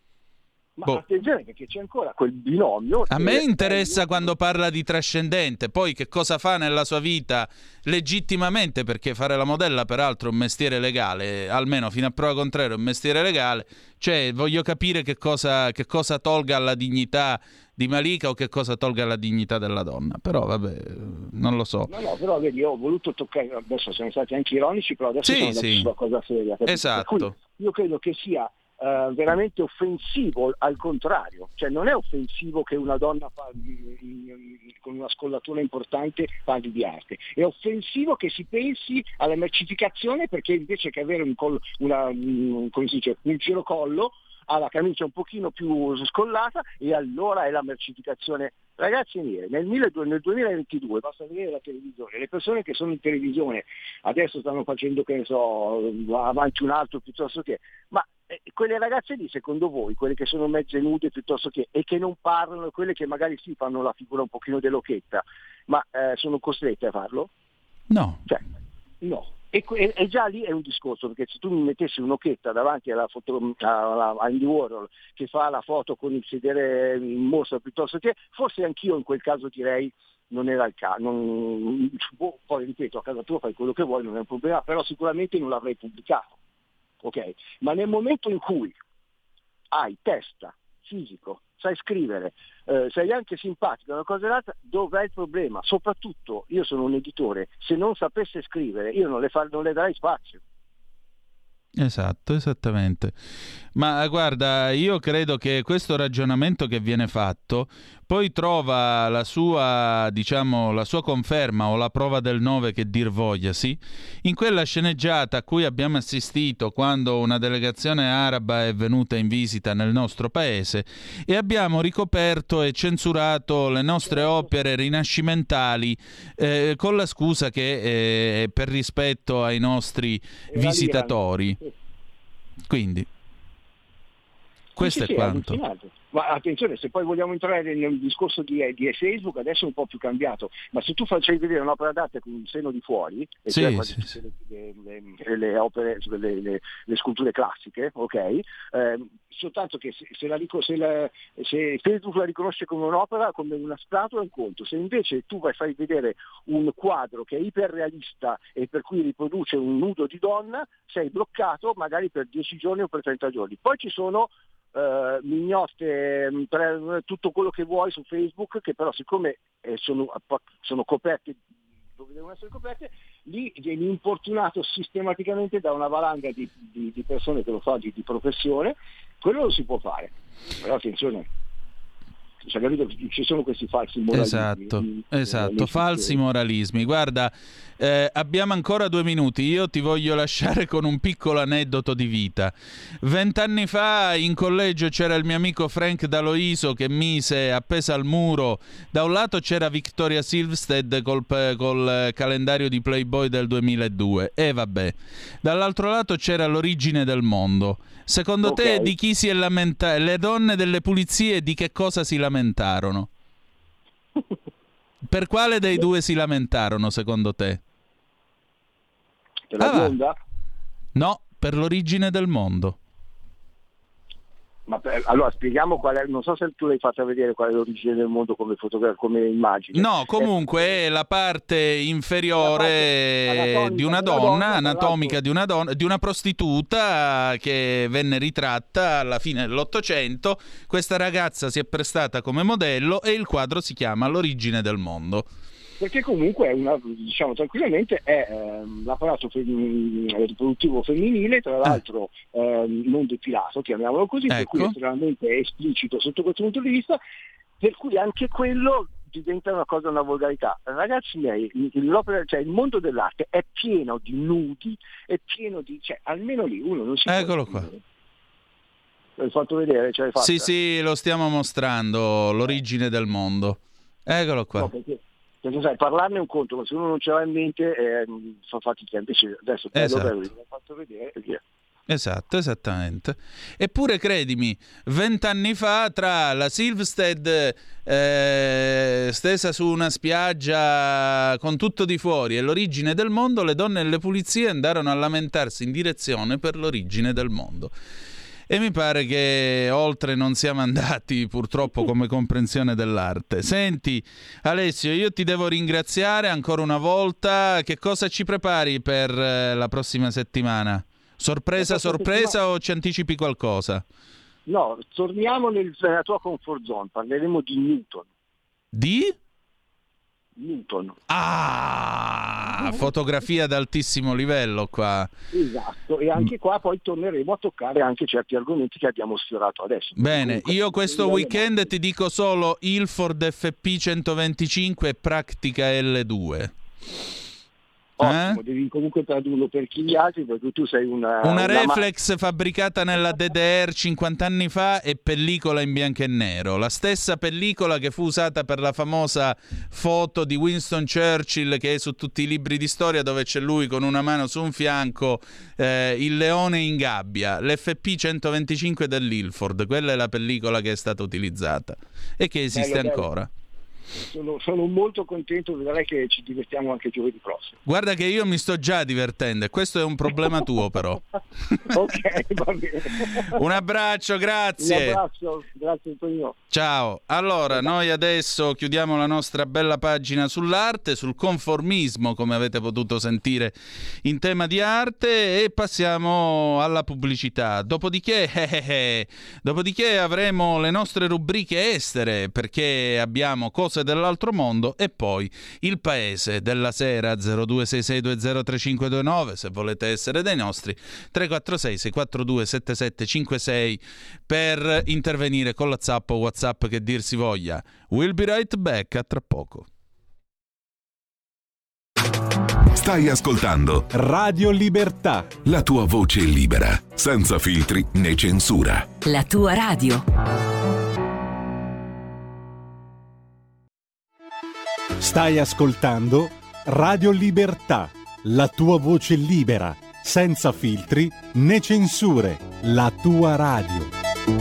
Ma boh. attenzione perché c'è ancora quel binomio. A me interessa quando parla di trascendente, poi che cosa fa nella sua vita legittimamente, perché fare la modella peraltro è un mestiere legale, almeno fino a prova contraria è un mestiere legale, cioè voglio capire che cosa, che cosa tolga alla dignità di Malika o che cosa tolga alla dignità della donna, però vabbè, non lo so. No, no, però vedi, io ho voluto toccare, adesso siamo stati anche ironici, però adesso sì, siamo sì. andati sulla cosa seria. Esatto. Per cui io credo che sia Uh, veramente offensivo, al contrario, cioè non è offensivo che una donna parli, con una scollatura importante parli di arte, è offensivo che si pensi alla mercificazione, perché invece che avere un, collo, una, un, come si dice, un girocollo ha la camicia un pochino più scollata e allora è la mercificazione. Ragazzi miei, nel, nel duemilaventidue basta vedere la televisione, le persone che sono in televisione adesso stanno facendo, che ne so, avanti un altro piuttosto che, ma eh, quelle ragazze lì, secondo voi, quelle che sono mezze nude piuttosto che, e che non parlano, quelle che magari sì fanno la figura un pochino dell'occhetta, ma eh, sono costrette a farlo? No. Cioè, no. E, e, e già lì è un discorso, perché se tu mi mettessi un'occhetta davanti alla foto, a, a Andy Warhol che fa la foto con il sedere in mostra piuttosto che, forse anch'io in quel caso direi non era il caso, non, poi ripeto, a casa tua fai quello che vuoi, non è un problema, però sicuramente non l'avrei pubblicato, ok? Ma nel momento in cui hai testa, fisico, sai scrivere, eh, sei anche simpatico, una cosa e l'altra, dov'è il problema? Soprattutto, io sono un editore, se non sapesse scrivere io non le, fa, non le darei spazio. Esatto, esattamente. Ma guarda, io credo che questo ragionamento che viene fatto poi trova la sua, diciamo, la sua conferma o la prova del nove che dir voglia, sì, in quella sceneggiata a cui abbiamo assistito quando una delegazione araba è venuta in visita nel nostro paese e abbiamo ricoperto e censurato le nostre opere rinascimentali eh, con la scusa che eh, per rispetto ai nostri visitatori. Quindi questo sì, è sì, quanto. È ma attenzione, se poi vogliamo entrare nel discorso di, di Facebook, adesso è un po' più cambiato, ma se tu facessi vedere un'opera d'arte con un seno di fuori, e sì, cioè quasi sì, tutte sì. Le, le, le opere, le, le, le sculture classiche, ok? Eh, soltanto che se, se, la, se, la, se Facebook la riconosce come un'opera, come una statua, è un conto. Se invece tu vai a far vedere un quadro che è iperrealista e per cui riproduce un nudo di donna, sei bloccato magari per dieci giorni o per trenta giorni. Poi ci sono Uh, mignotte, per tutto quello che vuoi su Facebook, che però siccome eh, sono, sono coperte dove devono essere coperte, lì vieni importunato sistematicamente da una valanga di, di, di persone che lo fa di, di professione. Quello lo si può fare, però attenzione, cioè, capito? Ci sono questi falsi moralismi. Esatto, esatto, falsi moralismi. Guarda, eh, abbiamo ancora due minuti. Io ti voglio lasciare con un piccolo aneddoto di vita. Vent'anni fa in collegio c'era il mio amico Frank D'Aloiso che mise appesa al muro. Da un lato c'era Victoria Silvstedt col, col calendario di Playboy del duemiladue. E vabbè. Dall'altro lato c'era L'origine del mondo. Secondo okay. te di chi si è lamentato? Le donne delle pulizie di che cosa si lamentarono? Per quale dei due si lamentarono secondo te? Per la bionda? No, per L'origine del mondo. Ma per, allora spieghiamo qual è, non so se tu l'hai fatta vedere qual è l'origine del mondo come fotografia, come immagine. No, comunque è, è la parte inferiore la parte di una donna, donna anatomica di una donna, di una prostituta che venne ritratta alla fine dell'Ottocento. Questa ragazza si è prestata come modello e il quadro si chiama L'origine del mondo. Perché comunque è una, diciamo tranquillamente, è ehm, l'apparato fem- riproduttivo femminile, tra l'altro ehm, non depilato, chiamiamolo così, ecco. Per cui è estremamente esplicito sotto questo punto di vista, per cui anche quello diventa una cosa, una volgarità. Ragazzi miei, l'opera, cioè il mondo dell'arte è pieno di nudi, è pieno di, cioè almeno lì uno non si Eccolo può qua. L'hai fatto vedere? Cioè, sì, sì, lo stiamo mostrando, L'origine del mondo. Eccolo qua. No, perché... Perché sai, parlarne è un conto, ma se uno non ce l'ha in mente eh, fa fatica, invece adesso bello esatto. bello, l'ho fatto vedere e via. Esatto, esattamente. Eppure credimi, vent'anni fa tra la Silvstedt eh, stesa su una spiaggia con tutto di fuori e L'origine del mondo, le donne e le pulizie andarono a lamentarsi in direzione per L'origine del mondo. E mi pare che oltre non siamo andati purtroppo come comprensione dell'arte. Senti Alessio, io ti devo ringraziare ancora una volta. Che cosa ci prepari per eh, la prossima settimana? Sorpresa, sorpresa settimana... o ci anticipi qualcosa? No, torniamo nel, nella tua comfort zone, parleremo di Newton. Di? Newton. Ah! Ma fotografia d'altissimo livello qua. Esatto, e anche qua poi torneremo a toccare anche certi argomenti che abbiamo sfiorato adesso. Bene, Comunque, io questo weekend ti dico solo Ilford F P centoventicinque e Practica L due. Ottimo, eh? devi comunque tradurlo per chi gli altri, perché tu sei una... Una, una reflex ma... fabbricata nella D D R cinquanta anni fa e pellicola in bianco e nero. La stessa pellicola che fu usata per la famosa foto di Winston Churchill che è su tutti i libri di storia, dove c'è lui con una mano su un fianco, eh, il leone in gabbia. L'F P centoventicinque dell'Ilford, quella è la pellicola che è stata utilizzata e che esiste bello, bello. ancora. Sono, sono molto contento, vedrai che ci divertiamo anche giovedì prossimo. Guarda che io mi sto già divertendo e questo è un problema tuo però. Ok, va bene. Un abbraccio, grazie. Un abbraccio, grazie Antonio. Ciao. Allora, noi adesso chiudiamo la nostra bella pagina sull'arte, sul conformismo, come avete potuto sentire in tema di arte, e passiamo alla pubblicità. Dopodiché, eh, eh, eh, dopodiché avremo le nostre rubriche estere, perché abbiamo cose dell'altro mondo, e poi il paese della sera. Zero due sei sei due zero tre cinque due nove se volete essere dei nostri, tre quattro sei sei quattro due sette sette cinque sei per intervenire con la Zap o WhatsApp che dir si voglia. We'll be right back, a tra poco. Stai ascoltando Radio Libertà, la tua voce libera, senza filtri né censura. La tua radio. Stai ascoltando Radio Libertà, la tua voce libera, senza filtri né censure, la tua radio.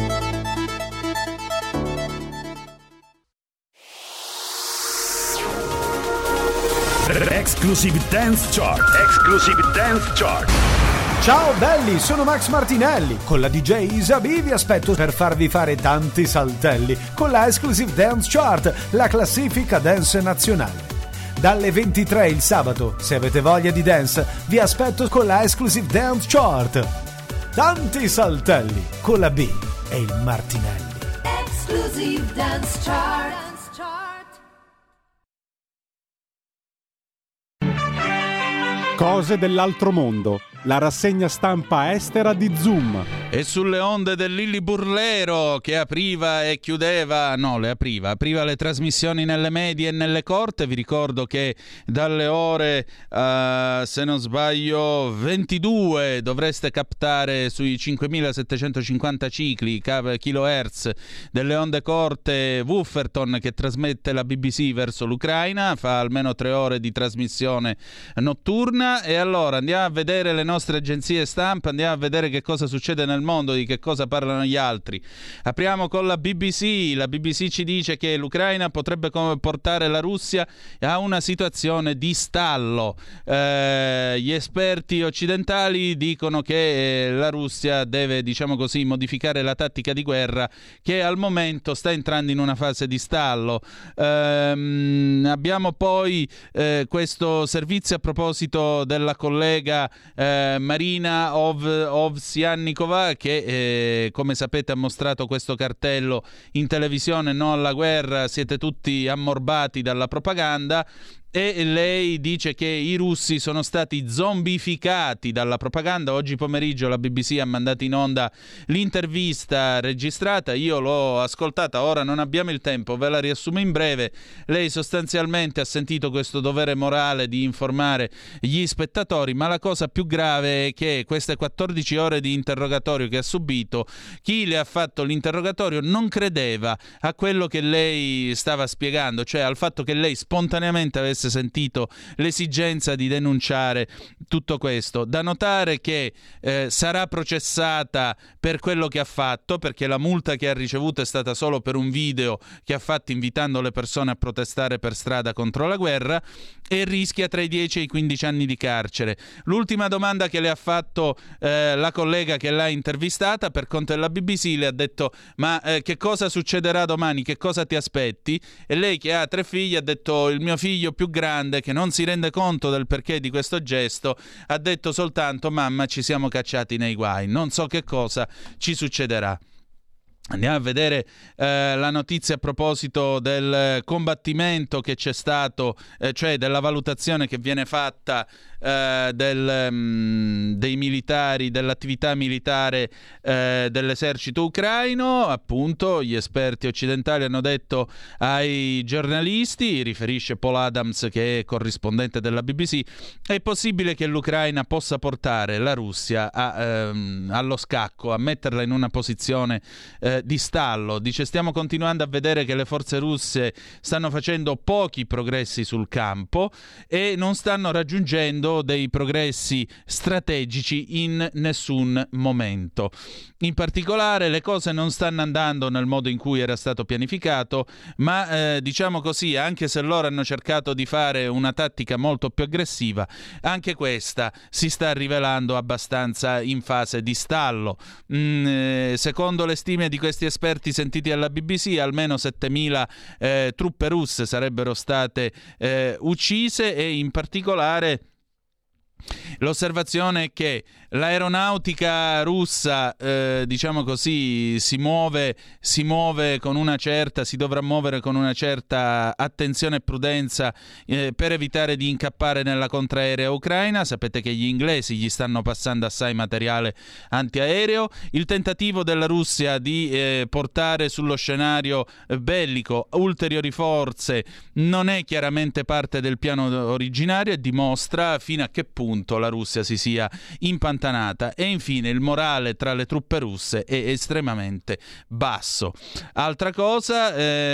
Exclusive Dance Chart. Exclusive Dance Chart. Ciao belli, sono Max Martinelli. Con la D J Isabi vi aspetto per farvi fare tanti saltelli con la Exclusive Dance Chart, la classifica dance nazionale. Dalle ventitré il sabato, se avete voglia di dance, vi aspetto con la Exclusive Dance Chart. Tanti saltelli con la B e il Martinelli. Exclusive Dance Chart. Cose dell'altro mondo, la rassegna stampa estera di Zoom. E sulle onde del Lilli Burlero che apriva e chiudeva, no, le apriva, apriva le trasmissioni nelle medie e nelle corte. Vi ricordo che dalle ore, uh, se non sbaglio, ventidue dovreste captare sui cinquemilasettecentocinquanta cicli kilohertz delle onde corte Wufferton, che trasmette la B B C verso l'Ucraina, fa almeno tre ore di trasmissione notturna. E allora andiamo a vedere le nostre agenzie stampa, andiamo a vedere che cosa succede nel mondo, di che cosa parlano gli altri. Apriamo con la B B C. La B B C ci dice che l'Ucraina potrebbe portare la Russia a una situazione di stallo. Eh, gli esperti occidentali dicono che eh, la Russia deve, diciamo così, modificare la tattica di guerra, che al momento sta entrando in una fase di stallo. Eh, abbiamo poi eh, questo servizio a proposito della collega eh, Marina Ov- Ovsiannikova, che eh, come sapete ha mostrato questo cartello in televisione: no alla guerra, siete tutti ammorbati dalla propaganda. E lei dice che i russi sono stati zombificati dalla propaganda. Oggi pomeriggio la B B C ha mandato in onda l'intervista registrata, io l'ho ascoltata, ora non abbiamo il tempo, ve la riassumo in breve. Lei sostanzialmente ha sentito questo dovere morale di informare gli spettatori, ma la cosa più grave è che queste quattordici ore di interrogatorio che ha subito, chi le ha fatto l'interrogatorio non credeva a quello che lei stava spiegando, cioè al fatto che lei spontaneamente avesse sentito l'esigenza di denunciare tutto questo. Da notare che eh, sarà processata per quello che ha fatto, perché la multa che ha ricevuto è stata solo per un video che ha fatto invitando le persone a protestare per strada contro la guerra, e rischia tra i dieci e i quindici anni di carcere. L'ultima domanda che le ha fatto eh, la collega che l'ha intervistata per conto della B B C, le ha detto: ma eh, che cosa succederà domani, che cosa ti aspetti? E lei, che ha tre figli, ha detto: il mio figlio più grande, che non si rende conto del perché di questo gesto, ha detto soltanto: mamma, ci siamo cacciati nei guai, non so che cosa ci succederà. Andiamo a vedere eh, la notizia a proposito del combattimento che c'è stato, eh, cioè della valutazione che viene fatta eh, del, mh, dei militari, dell'attività militare eh, dell'esercito ucraino. Appunto, gli esperti occidentali hanno detto ai giornalisti, riferisce Paul Adams, che è corrispondente della B B C, è possibile che l'Ucraina possa portare la Russia a, ehm, allo scacco, a metterla in una posizione eh, di stallo. Dice: stiamo continuando a vedere che le forze russe stanno facendo pochi progressi sul campo e non stanno raggiungendo dei progressi strategici in nessun momento. In particolare le cose non stanno andando nel modo in cui era stato pianificato, ma eh, diciamo così, anche se loro hanno cercato di fare una tattica molto più aggressiva, anche questa si sta rivelando abbastanza in fase di stallo. Mm, eh, secondo le stime di questi esperti sentiti alla B B C, almeno settemila eh, truppe russe sarebbero state eh, uccise, e in particolare l'osservazione è che l'aeronautica russa, eh, diciamo così, si muove, si muove con una certa, si dovrà muovere con una certa attenzione e prudenza eh, per evitare di incappare nella contraerea ucraina. Sapete che gli inglesi gli stanno passando assai materiale antiaereo. Il tentativo della Russia di eh, portare sullo scenario bellico ulteriori forze non è chiaramente parte del piano originario e dimostra fino a che punto la Russia si sia impantanata. E infine il morale tra le truppe russe è estremamente basso. Altra cosa,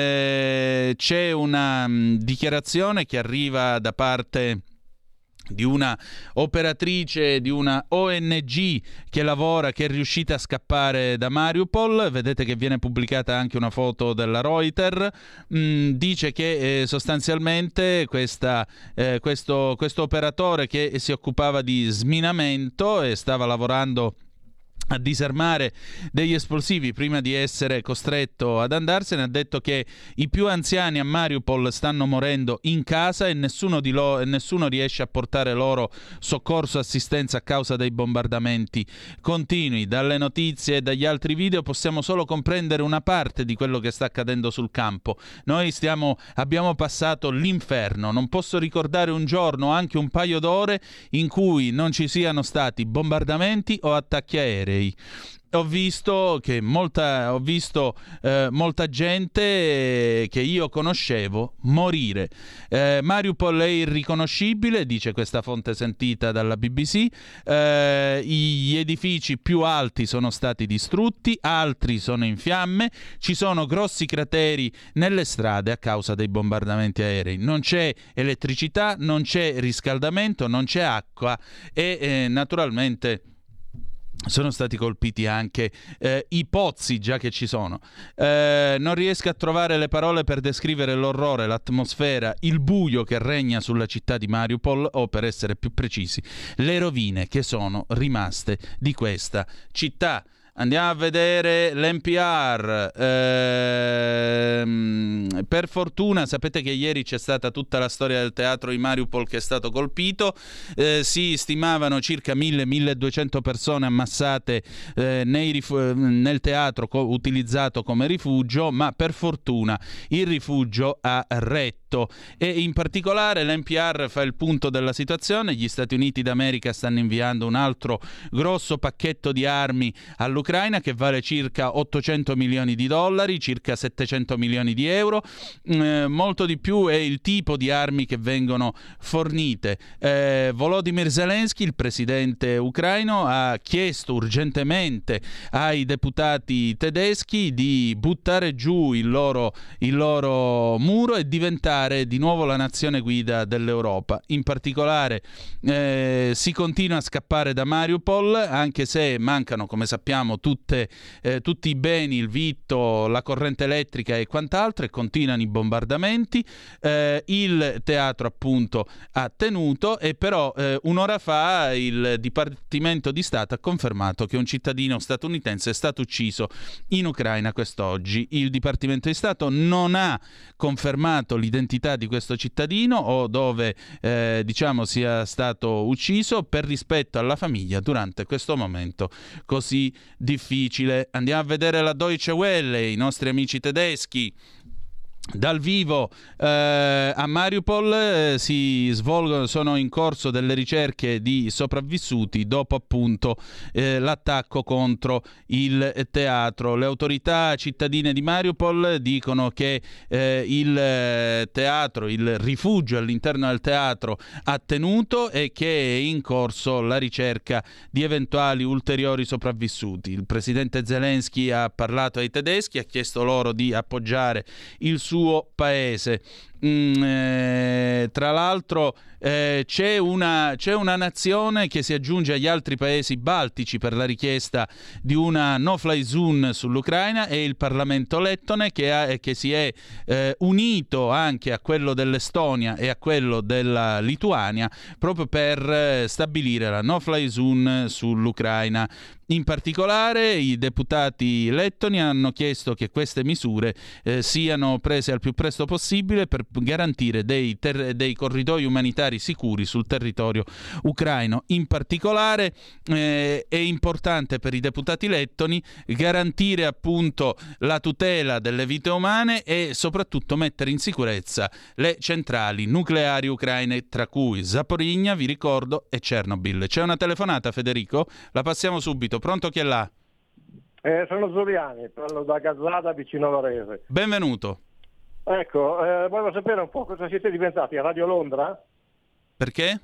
eh, c'è una mh, dichiarazione che arriva da parte di una operatrice di una O N G che lavora, che è riuscita a scappare da Mariupol. Vedete che viene pubblicata anche una foto della Reuters. Mm, dice che eh, sostanzialmente questa, eh, questo, questo operatore che si occupava di sminamento e stava lavorando a disarmare degli esplosivi prima di essere costretto ad andarsene, ha detto che i più anziani a Mariupol stanno morendo in casa e nessuno di loro, nessuno riesce a portare loro soccorso, assistenza a causa dei bombardamenti continui. Dalle notizie e dagli altri video possiamo solo comprendere una parte di quello che sta accadendo sul campo. Noi stiamo, abbiamo passato l'inferno. Non posso ricordare un giorno, anche un paio d'ore, in cui non ci siano stati bombardamenti o attacchi aerei. Ho visto che molta, ho visto eh, molta gente che io conoscevo morire. Eh, Mariupol è irriconoscibile, dice questa fonte sentita dalla B B C. Eh, gli edifici più alti sono stati distrutti, altri sono in fiamme, ci sono grossi crateri nelle strade a causa dei bombardamenti aerei. Non c'è elettricità, non c'è riscaldamento, non c'è acqua e eh, naturalmente sono stati colpiti anche eh, i pozzi, già che ci sono. Eh, non riesco a trovare le parole per descrivere l'orrore, l'atmosfera, il buio che regna sulla città di Mariupol, o per essere più precisi, le rovine che sono rimaste di questa città. Andiamo a vedere l'N P R. Ehm, per fortuna, sapete che ieri c'è stata tutta la storia del teatro di Mariupol che è stato colpito. Eh, si stimavano circa mille milleduecento persone ammassate eh, nei rif- nel teatro co- utilizzato come rifugio, ma per fortuna il rifugio ha retto. E in particolare l'N P R fa il punto della situazione. Gli Stati Uniti d'America stanno inviando un altro grosso pacchetto di armi all'Ucraina, che vale circa ottocento milioni di dollari, circa settecento milioni di euro. Eh, molto di più è il tipo di armi che vengono fornite. Eh, Volodymyr Zelensky, il presidente ucraino, ha chiesto urgentemente ai deputati tedeschi di buttare giù il loro, il loro muro e diventare di nuovo la nazione guida dell'Europa. In particolare eh, si continua a scappare da Mariupol, anche se mancano, come sappiamo, tutte, eh, tutti i beni, il vitto, la corrente elettrica e quant'altro, e continuano i bombardamenti. Eh, il teatro appunto ha tenuto, e però eh, un'ora fa il Dipartimento di Stato ha confermato che un cittadino statunitense è stato ucciso in Ucraina quest'oggi. Il Dipartimento di Stato non ha confermato l'identità di questo cittadino o dove eh, diciamo sia stato ucciso, per rispetto alla famiglia durante questo momento così difficile. Andiamo a vedere la Deutsche Welle, i nostri amici tedeschi. Dal vivo eh, a Mariupol eh, si svolgono, sono in corso delle ricerche di sopravvissuti dopo appunto eh, l'attacco contro il teatro. Le autorità cittadine di Mariupol dicono che eh, il teatro, il rifugio all'interno del teatro ha tenuto e che è in corso la ricerca di eventuali ulteriori sopravvissuti. Il presidente Zelensky ha parlato ai tedeschi, ha chiesto loro di appoggiare il suo suo paese. Mm, eh, tra l'altro eh, c'è, una, c'è una nazione che si aggiunge agli altri paesi baltici per la richiesta di una no-fly zone sull'Ucraina, e il Parlamento lettone che, ha, che si è eh, unito anche a quello dell'Estonia e a quello della Lituania proprio per eh, stabilire la no-fly zone sull'Ucraina. In particolare i deputati lettoni hanno chiesto che queste misure eh, siano prese al più presto possibile per garantire dei, ter- dei corridoi umanitari sicuri sul territorio ucraino. In particolare eh, è importante per i deputati lettoni garantire appunto la tutela delle vite umane e soprattutto mettere in sicurezza le centrali nucleari ucraine, tra cui Zaporizhzhia, vi ricordo, e Chernobyl. C'è una telefonata, Federico? La passiamo subito. Pronto, chi è là? Eh, sono Zuriani, parlo da Gazzada vicino a Varese. Benvenuto. Ecco, eh, volevo sapere un po' cosa siete diventati a Radio Londra? Perché?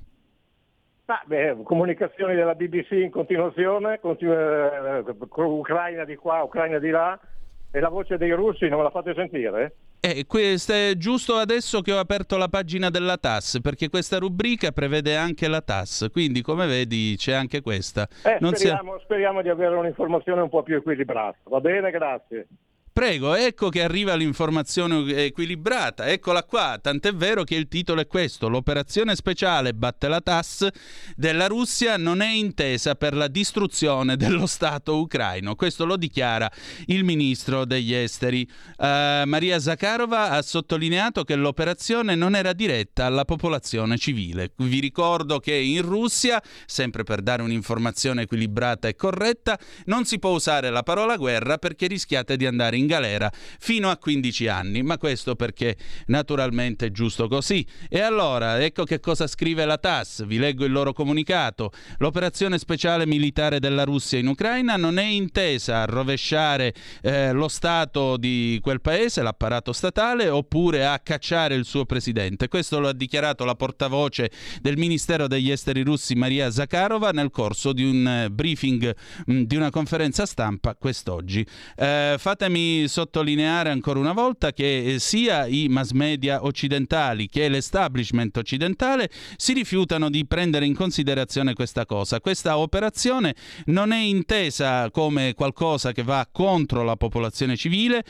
Ah, beh, comunicazioni della B B C in continuazione, continu- eh, Ucraina di qua, Ucraina di là, e la voce dei russi non me la fate sentire? Eh, questo è giusto adesso che ho aperto la pagina della T A S, perché questa rubrica prevede anche la T A S, quindi come vedi c'è anche questa. Eh, non speriamo, si... speriamo di avere un'informazione un po' più equilibrata. Va bene, grazie. Prego, ecco che arriva l'informazione equilibrata, eccola qua, tant'è vero che il titolo è questo: l'operazione speciale batte la T A S della Russia, non è intesa per la distruzione dello Stato ucraino. Questo lo dichiara il ministro degli esteri. Uh, Maria Zakharova ha sottolineato che l'operazione non era diretta alla popolazione civile. Vi ricordo che in Russia, sempre per dare un'informazione equilibrata e corretta, non si può usare la parola guerra perché rischiate di andare in in galera fino a quindici anni, ma questo perché naturalmente è giusto così. E allora ecco che cosa scrive la T A S, vi leggo il loro comunicato: l'operazione speciale militare della Russia in Ucraina non è intesa a rovesciare eh, lo stato di quel paese, l'apparato statale, oppure a cacciare il suo presidente. Questo lo ha dichiarato la portavoce del Ministero degli Esteri russi Maria Zakharova nel corso di un uh, briefing, mh, di una conferenza stampa quest'oggi. Eh, fatemi sottolineare ancora una volta che sia i mass media occidentali che l'establishment occidentale si rifiutano di prendere in considerazione questa cosa. Questa operazione non è intesa come qualcosa che va contro la popolazione civile,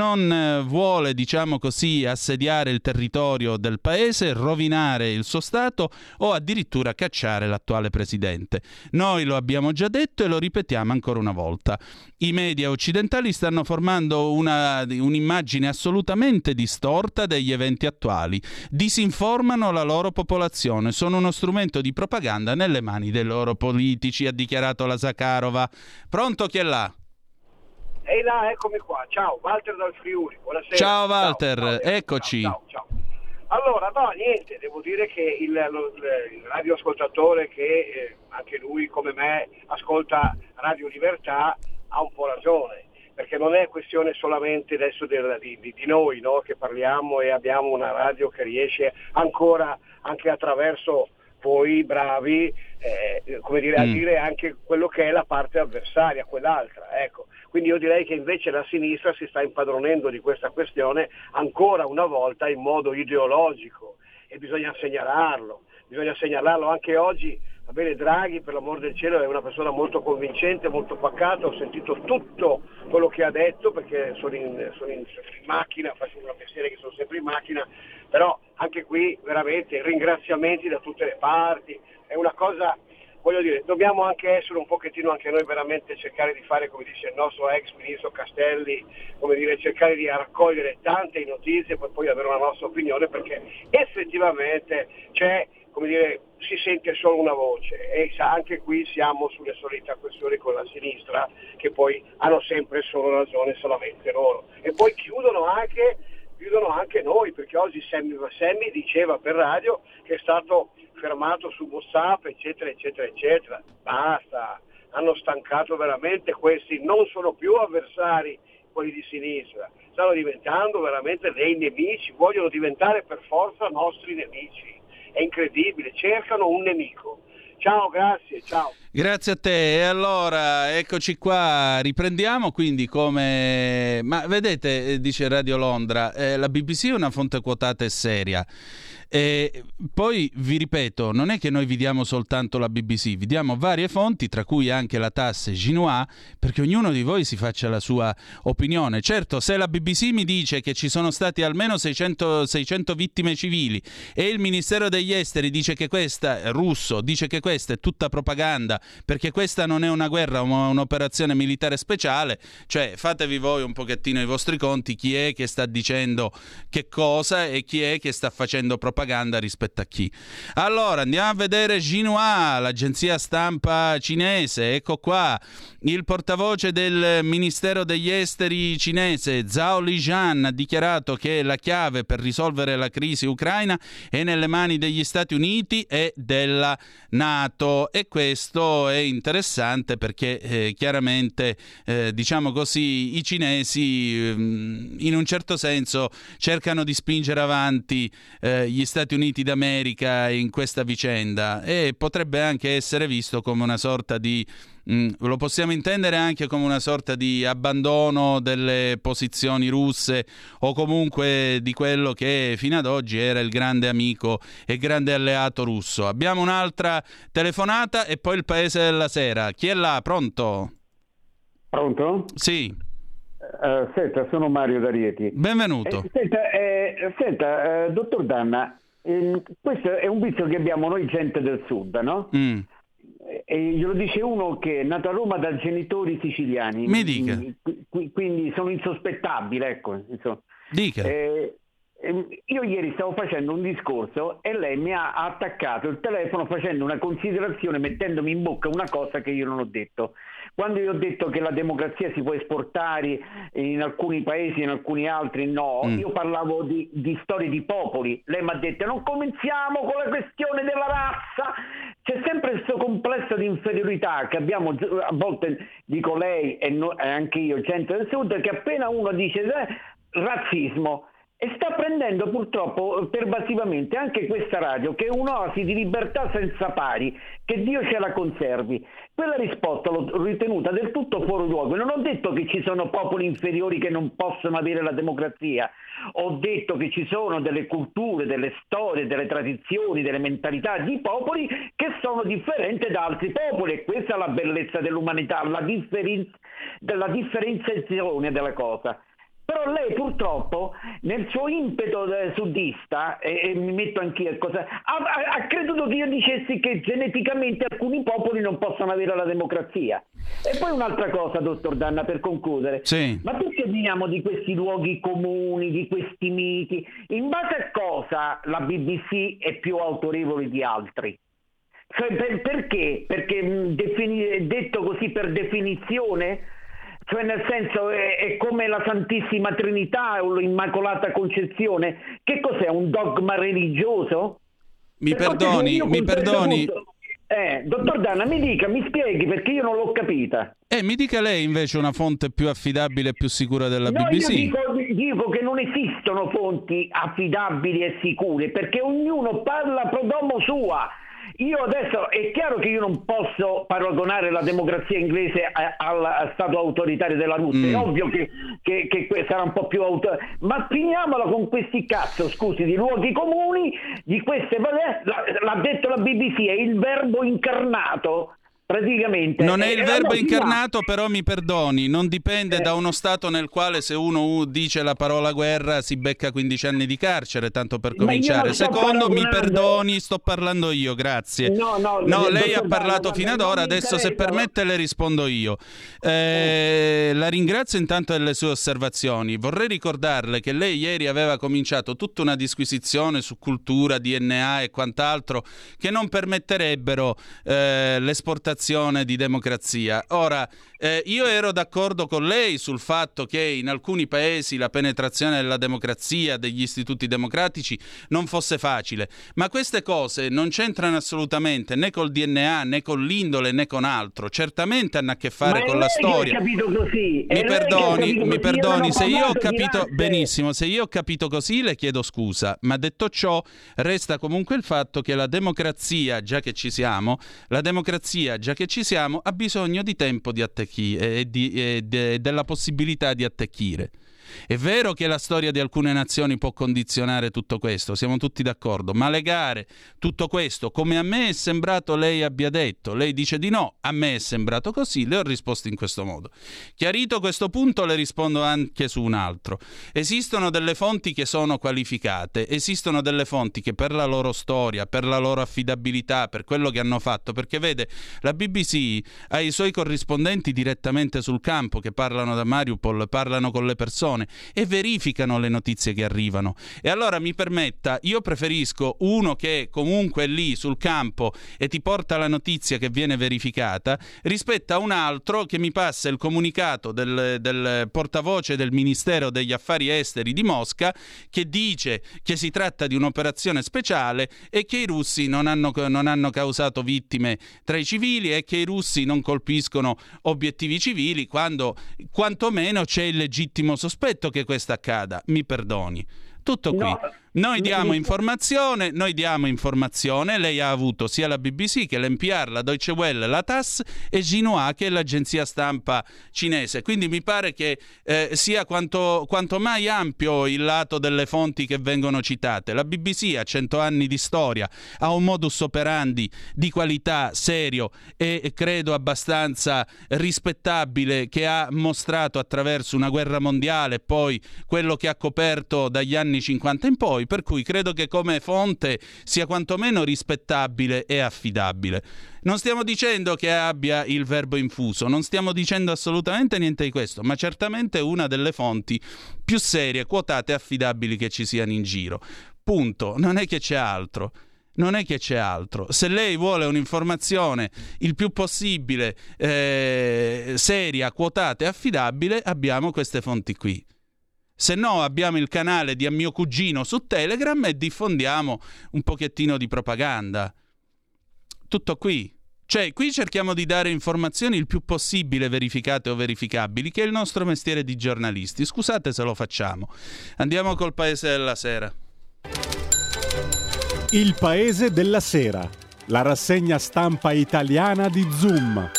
non vuole, diciamo così, assediare il territorio del paese, rovinare il suo stato o addirittura cacciare l'attuale presidente. Noi lo abbiamo già detto e lo ripetiamo ancora una volta. I media occidentali stanno formando Una, un'immagine assolutamente distorta degli eventi attuali, disinformano la loro popolazione, sono uno strumento di propaganda nelle mani dei loro politici, ha dichiarato la Zakharova. Pronto, chi è là? Ehi là, eccomi qua, ciao, Walter dal Friuli, buonasera. Ciao Walter, ciao, ciao, eccoci. Ciao, ciao, ciao. Allora, no, niente, devo dire che il, lo, il radioascoltatore che eh, anche lui come me ascolta Radio Libertà ha un po' ragione, perché non è questione solamente adesso del, di, di, di noi, no? Che parliamo e abbiamo una radio che riesce ancora, anche attraverso voi bravi, eh, come dire, mm. a dire anche quello che è la parte avversaria, quell'altra, ecco. Quindi io direi che invece la sinistra si sta impadronendo di questa questione ancora una volta in modo ideologico, e bisogna segnalarlo, bisogna segnalarlo anche oggi. Va bene, Draghi, per l'amor del cielo, è una persona molto convincente, molto pacata, ho sentito tutto quello che ha detto perché sono in, sono in, sono in macchina, faccio una mestiere che sono sempre in macchina, però anche qui veramente ringraziamenti da tutte le parti, è una cosa, voglio dire, dobbiamo anche essere un pochettino anche noi veramente cercare di fare, come dice il nostro ex ministro Castelli, come dire, cercare di raccogliere tante notizie per poi avere una nostra opinione, perché effettivamente c'è, come dire, si sente solo una voce, e anche qui siamo sulle solite questioni con la sinistra, che poi hanno sempre solo ragione solamente loro. E poi chiudono anche, chiudono anche noi, perché oggi Sammy Vassemmi diceva per radio che è stato fermato su WhatsApp, eccetera, eccetera, eccetera. Basta, hanno stancato veramente questi, non sono più avversari quelli di sinistra, stanno diventando veramente dei nemici, vogliono diventare per forza nostri nemici. È incredibile, cercano un nemico. Ciao, grazie, ciao. Grazie a te. E allora, eccoci qua, riprendiamo quindi come... Ma vedete, dice Radio Londra, eh, la B B C è una fonte quotata e seria. E poi vi ripeto, non è che noi vi diamo soltanto la B B C, vi diamo varie fonti, tra cui anche la T A S S e Xinhua, perché ognuno di voi si faccia la sua opinione. Certo, se la B B C mi dice che ci sono stati almeno seicento, seicento vittime civili e il Ministero degli Esteri dice che questa, russo, dice che questa è tutta propaganda, perché questa non è una guerra, ma un'operazione militare speciale, cioè fatevi voi un pochettino i vostri conti, chi è che sta dicendo che cosa e chi è che sta facendo propaganda propaganda rispetto a chi. Allora andiamo a vedere Xinhua, l'agenzia stampa cinese. Ecco qua il portavoce del Ministero degli Esteri cinese, Zhao Lijian, ha dichiarato che la chiave per risolvere la crisi ucraina è nelle mani degli Stati Uniti e della NATO, e questo è interessante perché eh, chiaramente eh, diciamo così i cinesi eh, in un certo senso cercano di spingere avanti eh, gli Stati Uniti d'America in questa vicenda, e potrebbe anche essere visto come una sorta di mh, lo possiamo intendere anche come una sorta di abbandono delle posizioni russe, o comunque di quello che fino ad oggi era il grande amico e grande alleato russo. Abbiamo un'altra telefonata e poi il Paese della Sera. Chi è là? Pronto? Pronto? Sì. Uh, senta, sono Mario da Rieti. Benvenuto. Eh, senta, eh, senta eh, dottor Danna, eh, questo è un vizio che abbiamo noi gente del sud, no? Mm. E glielo dice uno che è nato a Roma da genitori siciliani. Mi dica. Qu- quindi sono insospettabile, ecco. Insomma. Dica. Eh, io ieri stavo facendo un discorso e lei mi ha attaccato il telefono facendo una considerazione, mettendomi in bocca una cosa che io non ho detto. Quando io ho detto che la democrazia si può esportare in alcuni paesi, in alcuni altri no, mm. io parlavo di, di storie di popoli. Lei mi ha detto non cominciamo con la questione della razza. C'è sempre questo complesso di inferiorità che abbiamo, a volte dico lei e, no, e anche io, gente del sud, che appena uno dice eh, razzismo, e sta prendendo purtroppo pervasivamente anche questa radio, che è un'oasi di libertà senza pari, che Dio ce la conservi. Quella risposta l'ho ritenuta del tutto fuori luogo. Non ho detto che ci sono popoli inferiori che non possono avere la democrazia, ho detto che ci sono delle culture, delle storie, delle tradizioni, delle mentalità di popoli che sono differenti da altri popoli, e questa è la bellezza dell'umanità, la, differen- della differenziazione della cosa. Però lei purtroppo nel suo impeto sudista, e, e mi metto anch'io a cosa, ha, ha creduto che io dicessi che geneticamente alcuni popoli non possono avere la democrazia. E poi un'altra cosa, dottor Danna, per concludere. Sì. Ma perché parliamo di questi luoghi comuni, di questi miti? In base a cosa la B B C è più autorevole di altri? Cioè, per, perché? Perché mh, defini- detto così per definizione? Cioè nel senso è, è come la Santissima Trinità o l'Immacolata Concezione. Che cos'è? Un dogma religioso? Mi per perdoni, mi perdoni. Eh, dottor Danna, mi dica, mi spieghi, perché io non l'ho capita. Eh, mi dica lei invece una fonte più affidabile e più sicura della no, B B C. Io dico, dico che non esistono fonti affidabili e sicure, perché ognuno parla pro domo sua. Io adesso è chiaro che io non posso paragonare la democrazia inglese al stato autoritario della Russia, mm. è ovvio che, che, che sarà un po' più autoritario, ma finiamola con questi cazzo, scusi, di luoghi comuni, di queste, l'ha detto la B B C, è il verbo incarnato. praticamente non è il eh, verbo allora, incarnato, però mi perdoni, non dipende eh. da uno stato nel quale se uno dice la parola guerra si becca quindici anni di carcere, tanto per cominciare. Secondo, mi perdoni, sto parlando io, grazie. No, no, no lei ha parlato fino ad ora, adesso se permette le rispondo io. Eh, la ringrazio intanto delle sue osservazioni. Vorrei ricordarle che lei ieri aveva cominciato tutta una disquisizione su cultura, D N A e quant'altro che non permetterebbero eh, l'esportazione di democrazia. Ora, eh, io ero d'accordo con lei sul fatto che in alcuni paesi la penetrazione della democrazia, degli istituti democratici non fosse facile, ma queste cose non c'entrano assolutamente né col D N A né con l'indole né con altro, certamente hanno a che fare ma con la storia. Così. Mi perdoni, mi perdoni, se io ho capito benissimo, se io ho capito così le chiedo scusa, ma detto ciò resta comunque il fatto che la democrazia, già che ci siamo, la democrazia già che ci siamo, ha bisogno di tempo di attecchire e, di, e de, della possibilità di attecchire. È vero che la storia di alcune nazioni può condizionare tutto questo, siamo tutti d'accordo, ma legare tutto questo, come a me è sembrato lei abbia detto, lei dice di no, a me è sembrato così, le ho risposto in questo modo. Chiarito questo punto, le rispondo anche su un altro. Esistono delle fonti che sono qualificate, esistono delle fonti che per la loro storia, per la loro affidabilità, per quello che hanno fatto, perché vede, la B B C ha i suoi corrispondenti direttamente sul campo che parlano da Mariupol, parlano con le persone e verificano le notizie che arrivano. E allora mi permetta, io preferisco uno che comunque è lì sul campo e ti porta la notizia che viene verificata rispetto a un altro che mi passa il comunicato del, del portavoce del Ministero degli Affari Esteri di Mosca che dice che si tratta di un'operazione speciale e che i russi non hanno, non hanno causato vittime tra i civili e che i russi non colpiscono obiettivi civili, quando quantomeno c'è il legittimo sospetto che questo accada. Mi perdoni. Tutto qui. No. Noi diamo informazione, noi diamo informazione, lei ha avuto sia la B B C che l'N P R, la Deutsche Welle, la T A S S e Xinhua che è l'agenzia stampa cinese, quindi mi pare che eh, sia quanto, quanto mai ampio il lato delle fonti che vengono citate. La B B C ha cento anni di storia, ha un modus operandi di qualità serio e credo abbastanza rispettabile che ha mostrato attraverso una guerra mondiale e poi quello che ha coperto dagli anni cinquanta in poi, per cui credo che come fonte sia quantomeno rispettabile e affidabile. Non stiamo dicendo che abbia il verbo infuso, non stiamo dicendo assolutamente niente di questo, ma certamente una delle fonti più serie, quotate e affidabili che ci siano in giro. Punto, non è che c'è altro. Non è che c'è altro. Se lei vuole un'informazione il più possibile eh, seria, quotata e affidabile, abbiamo queste fonti qui. Se no abbiamo il canale di mio cugino su Telegram e diffondiamo un pochettino di propaganda. Tutto qui. Cioè, qui cerchiamo di dare informazioni il più possibile verificate o verificabili, che è il nostro mestiere di giornalisti. Scusate se lo facciamo. Andiamo col Paese della Sera. Il Paese della Sera, la rassegna stampa italiana di Zoom.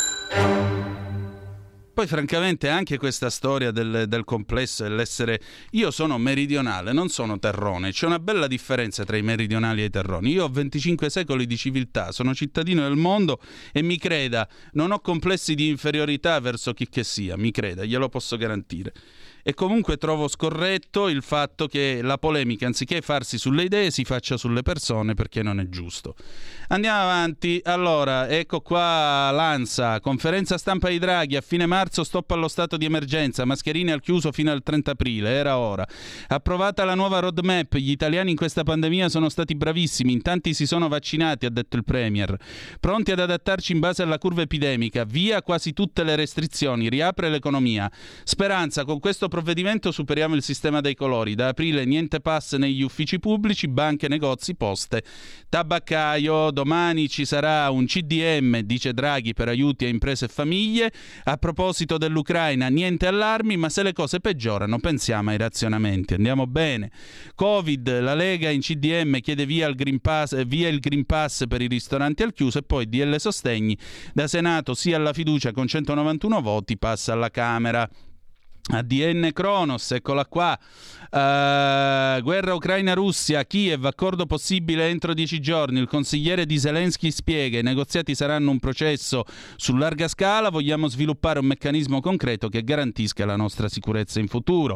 Poi francamente anche questa storia del, del complesso dell'essere... Io sono meridionale, non sono terrone. C'è una bella differenza tra i meridionali e i terroni. Io ho venticinque secoli di civiltà, sono cittadino del mondo e mi creda, non ho complessi di inferiorità verso chi che sia, mi creda, glielo posso garantire. E comunque trovo scorretto il fatto che la polemica, anziché farsi sulle idee, si faccia sulle persone, perché non è giusto. Andiamo avanti. Allora, ecco qua l'ANSA, conferenza stampa di Draghi, a fine marzo stop allo stato di emergenza, mascherine al chiuso fino al trenta aprile, era ora. Approvata la nuova roadmap, gli italiani in questa pandemia sono stati bravissimi, in tanti si sono vaccinati, ha detto il Premier. Pronti ad adattarci in base alla curva epidemica, via quasi tutte le restrizioni, riapre l'economia. Speranza, con questo provvedimento superiamo il sistema dei colori. Da aprile niente pass negli uffici pubblici, banche, negozi, poste, tabaccaio. Domani ci sarà un C D M, dice Draghi, per aiuti a imprese e famiglie. A proposito dell'Ucraina, niente allarmi, ma se le cose peggiorano pensiamo ai razionamenti. Andiamo bene. Covid, la Lega in C D M chiede via il Green Pass, via il Green Pass per i ristoranti al chiuso e poi D L sostegni. Da Senato sì alla fiducia con centonovantuno voti, passa alla Camera. A D N Kronos, eccola qua. Uh, guerra Ucraina-Russia, Kiev, accordo possibile entro dieci giorni. Il consigliere di Zelensky spiega: i negoziati saranno un processo su larga scala, vogliamo sviluppare un meccanismo concreto che garantisca la nostra sicurezza in futuro.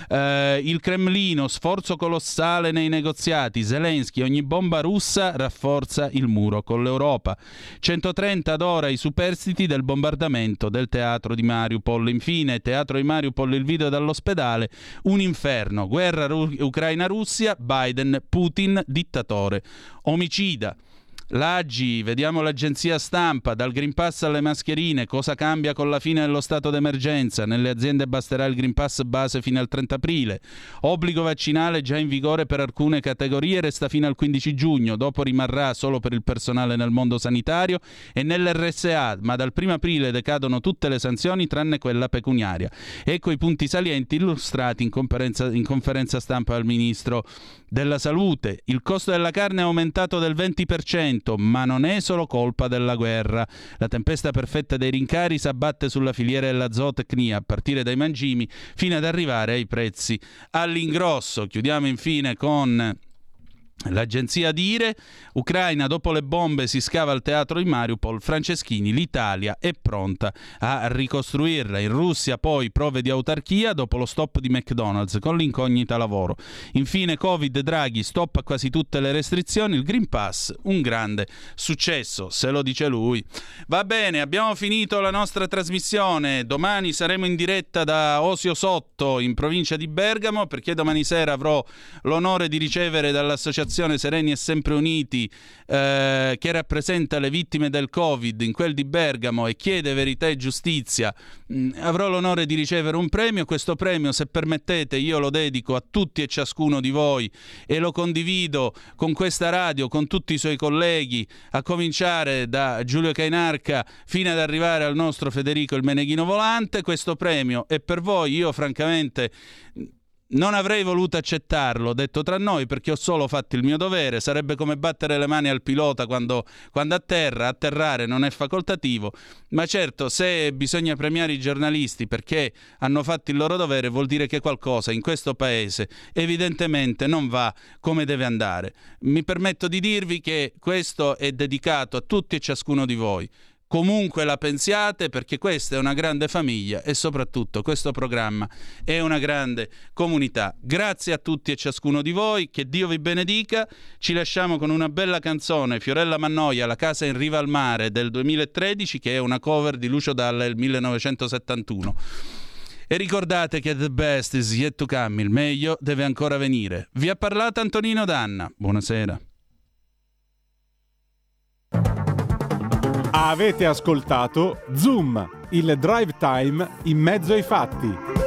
Uh, il Cremlino, sforzo colossale nei negoziati. Zelensky, ogni bomba russa rafforza il muro con l'Europa. centotrenta ad ora i superstiti del bombardamento del teatro di Mariupol. Infine, teatro di Mariupol, il video dall'ospedale, un inferno. Guerra Ru- Ucraina-Russia, Biden, Putin, dittatore, omicida. L'A G I, vediamo l'agenzia stampa, dal Green Pass alle mascherine, cosa cambia con la fine dello stato d'emergenza? Nelle aziende basterà il Green Pass base fino al trenta aprile. Obbligo vaccinale già in vigore per alcune categorie, resta fino al quindici giugno, dopo rimarrà solo per il personale nel mondo sanitario e nell'R S A, ma dal primo aprile decadono tutte le sanzioni tranne quella pecuniaria. Ecco i punti salienti illustrati in conferenza, in conferenza stampa al Ministro della Salute. Il costo della carne è aumentato del venti per cento, ma non è solo colpa della guerra. La tempesta perfetta dei rincari si abbatte sulla filiera della zootecnia, a partire dai mangimi fino ad arrivare ai prezzi all'ingrosso. Chiudiamo infine con l'agenzia Dire, Ucraina, dopo le bombe si scava il teatro di Mariupol. Franceschini, l'Italia è pronta a ricostruirla. In Russia poi prove di autarchia dopo lo stop di McDonald's con l'incognita lavoro. Infine Covid, Draghi, stop a quasi tutte le restrizioni, il Green Pass un grande successo, se lo dice lui. Va bene, abbiamo finito la nostra trasmissione. Domani saremo in diretta da Osio Sotto in provincia di Bergamo, perché domani sera avrò l'onore di ricevere dall'associazione Sereni e Sempre Uniti, eh, che rappresenta le vittime del Covid in quel di Bergamo e chiede verità e giustizia, mh, avrò l'onore di ricevere un premio. Questo premio, se permettete, io lo dedico a tutti e ciascuno di voi e lo condivido con questa radio, con tutti i suoi colleghi, a cominciare da Giulio Cainarca fino ad arrivare al nostro Federico il Meneghino Volante. Questo premio è per voi. Io francamente non avrei voluto accettarlo, detto tra noi, perché ho solo fatto il mio dovere. Sarebbe come battere le mani al pilota quando, quando atterra. Atterrare non è facoltativo, ma certo, se bisogna premiare i giornalisti perché hanno fatto il loro dovere, vuol dire che qualcosa in questo paese evidentemente non va come deve andare. Mi permetto di dirvi che questo è dedicato a tutti e ciascuno di voi, comunque la pensiate, perché questa è una grande famiglia e soprattutto questo programma è una grande comunità. Grazie a tutti e ciascuno di voi, che Dio vi benedica. Ci lasciamo con una bella canzone, Fiorella Mannoia, La casa in riva al mare del duemilatredici, che è una cover di Lucio Dalla del millenovecentosettantuno. E ricordate che the best is yet to come, il meglio deve ancora venire. Vi ha parlato Antonino Danna, buonasera. Avete ascoltato Zoom, il drive time in mezzo ai fatti.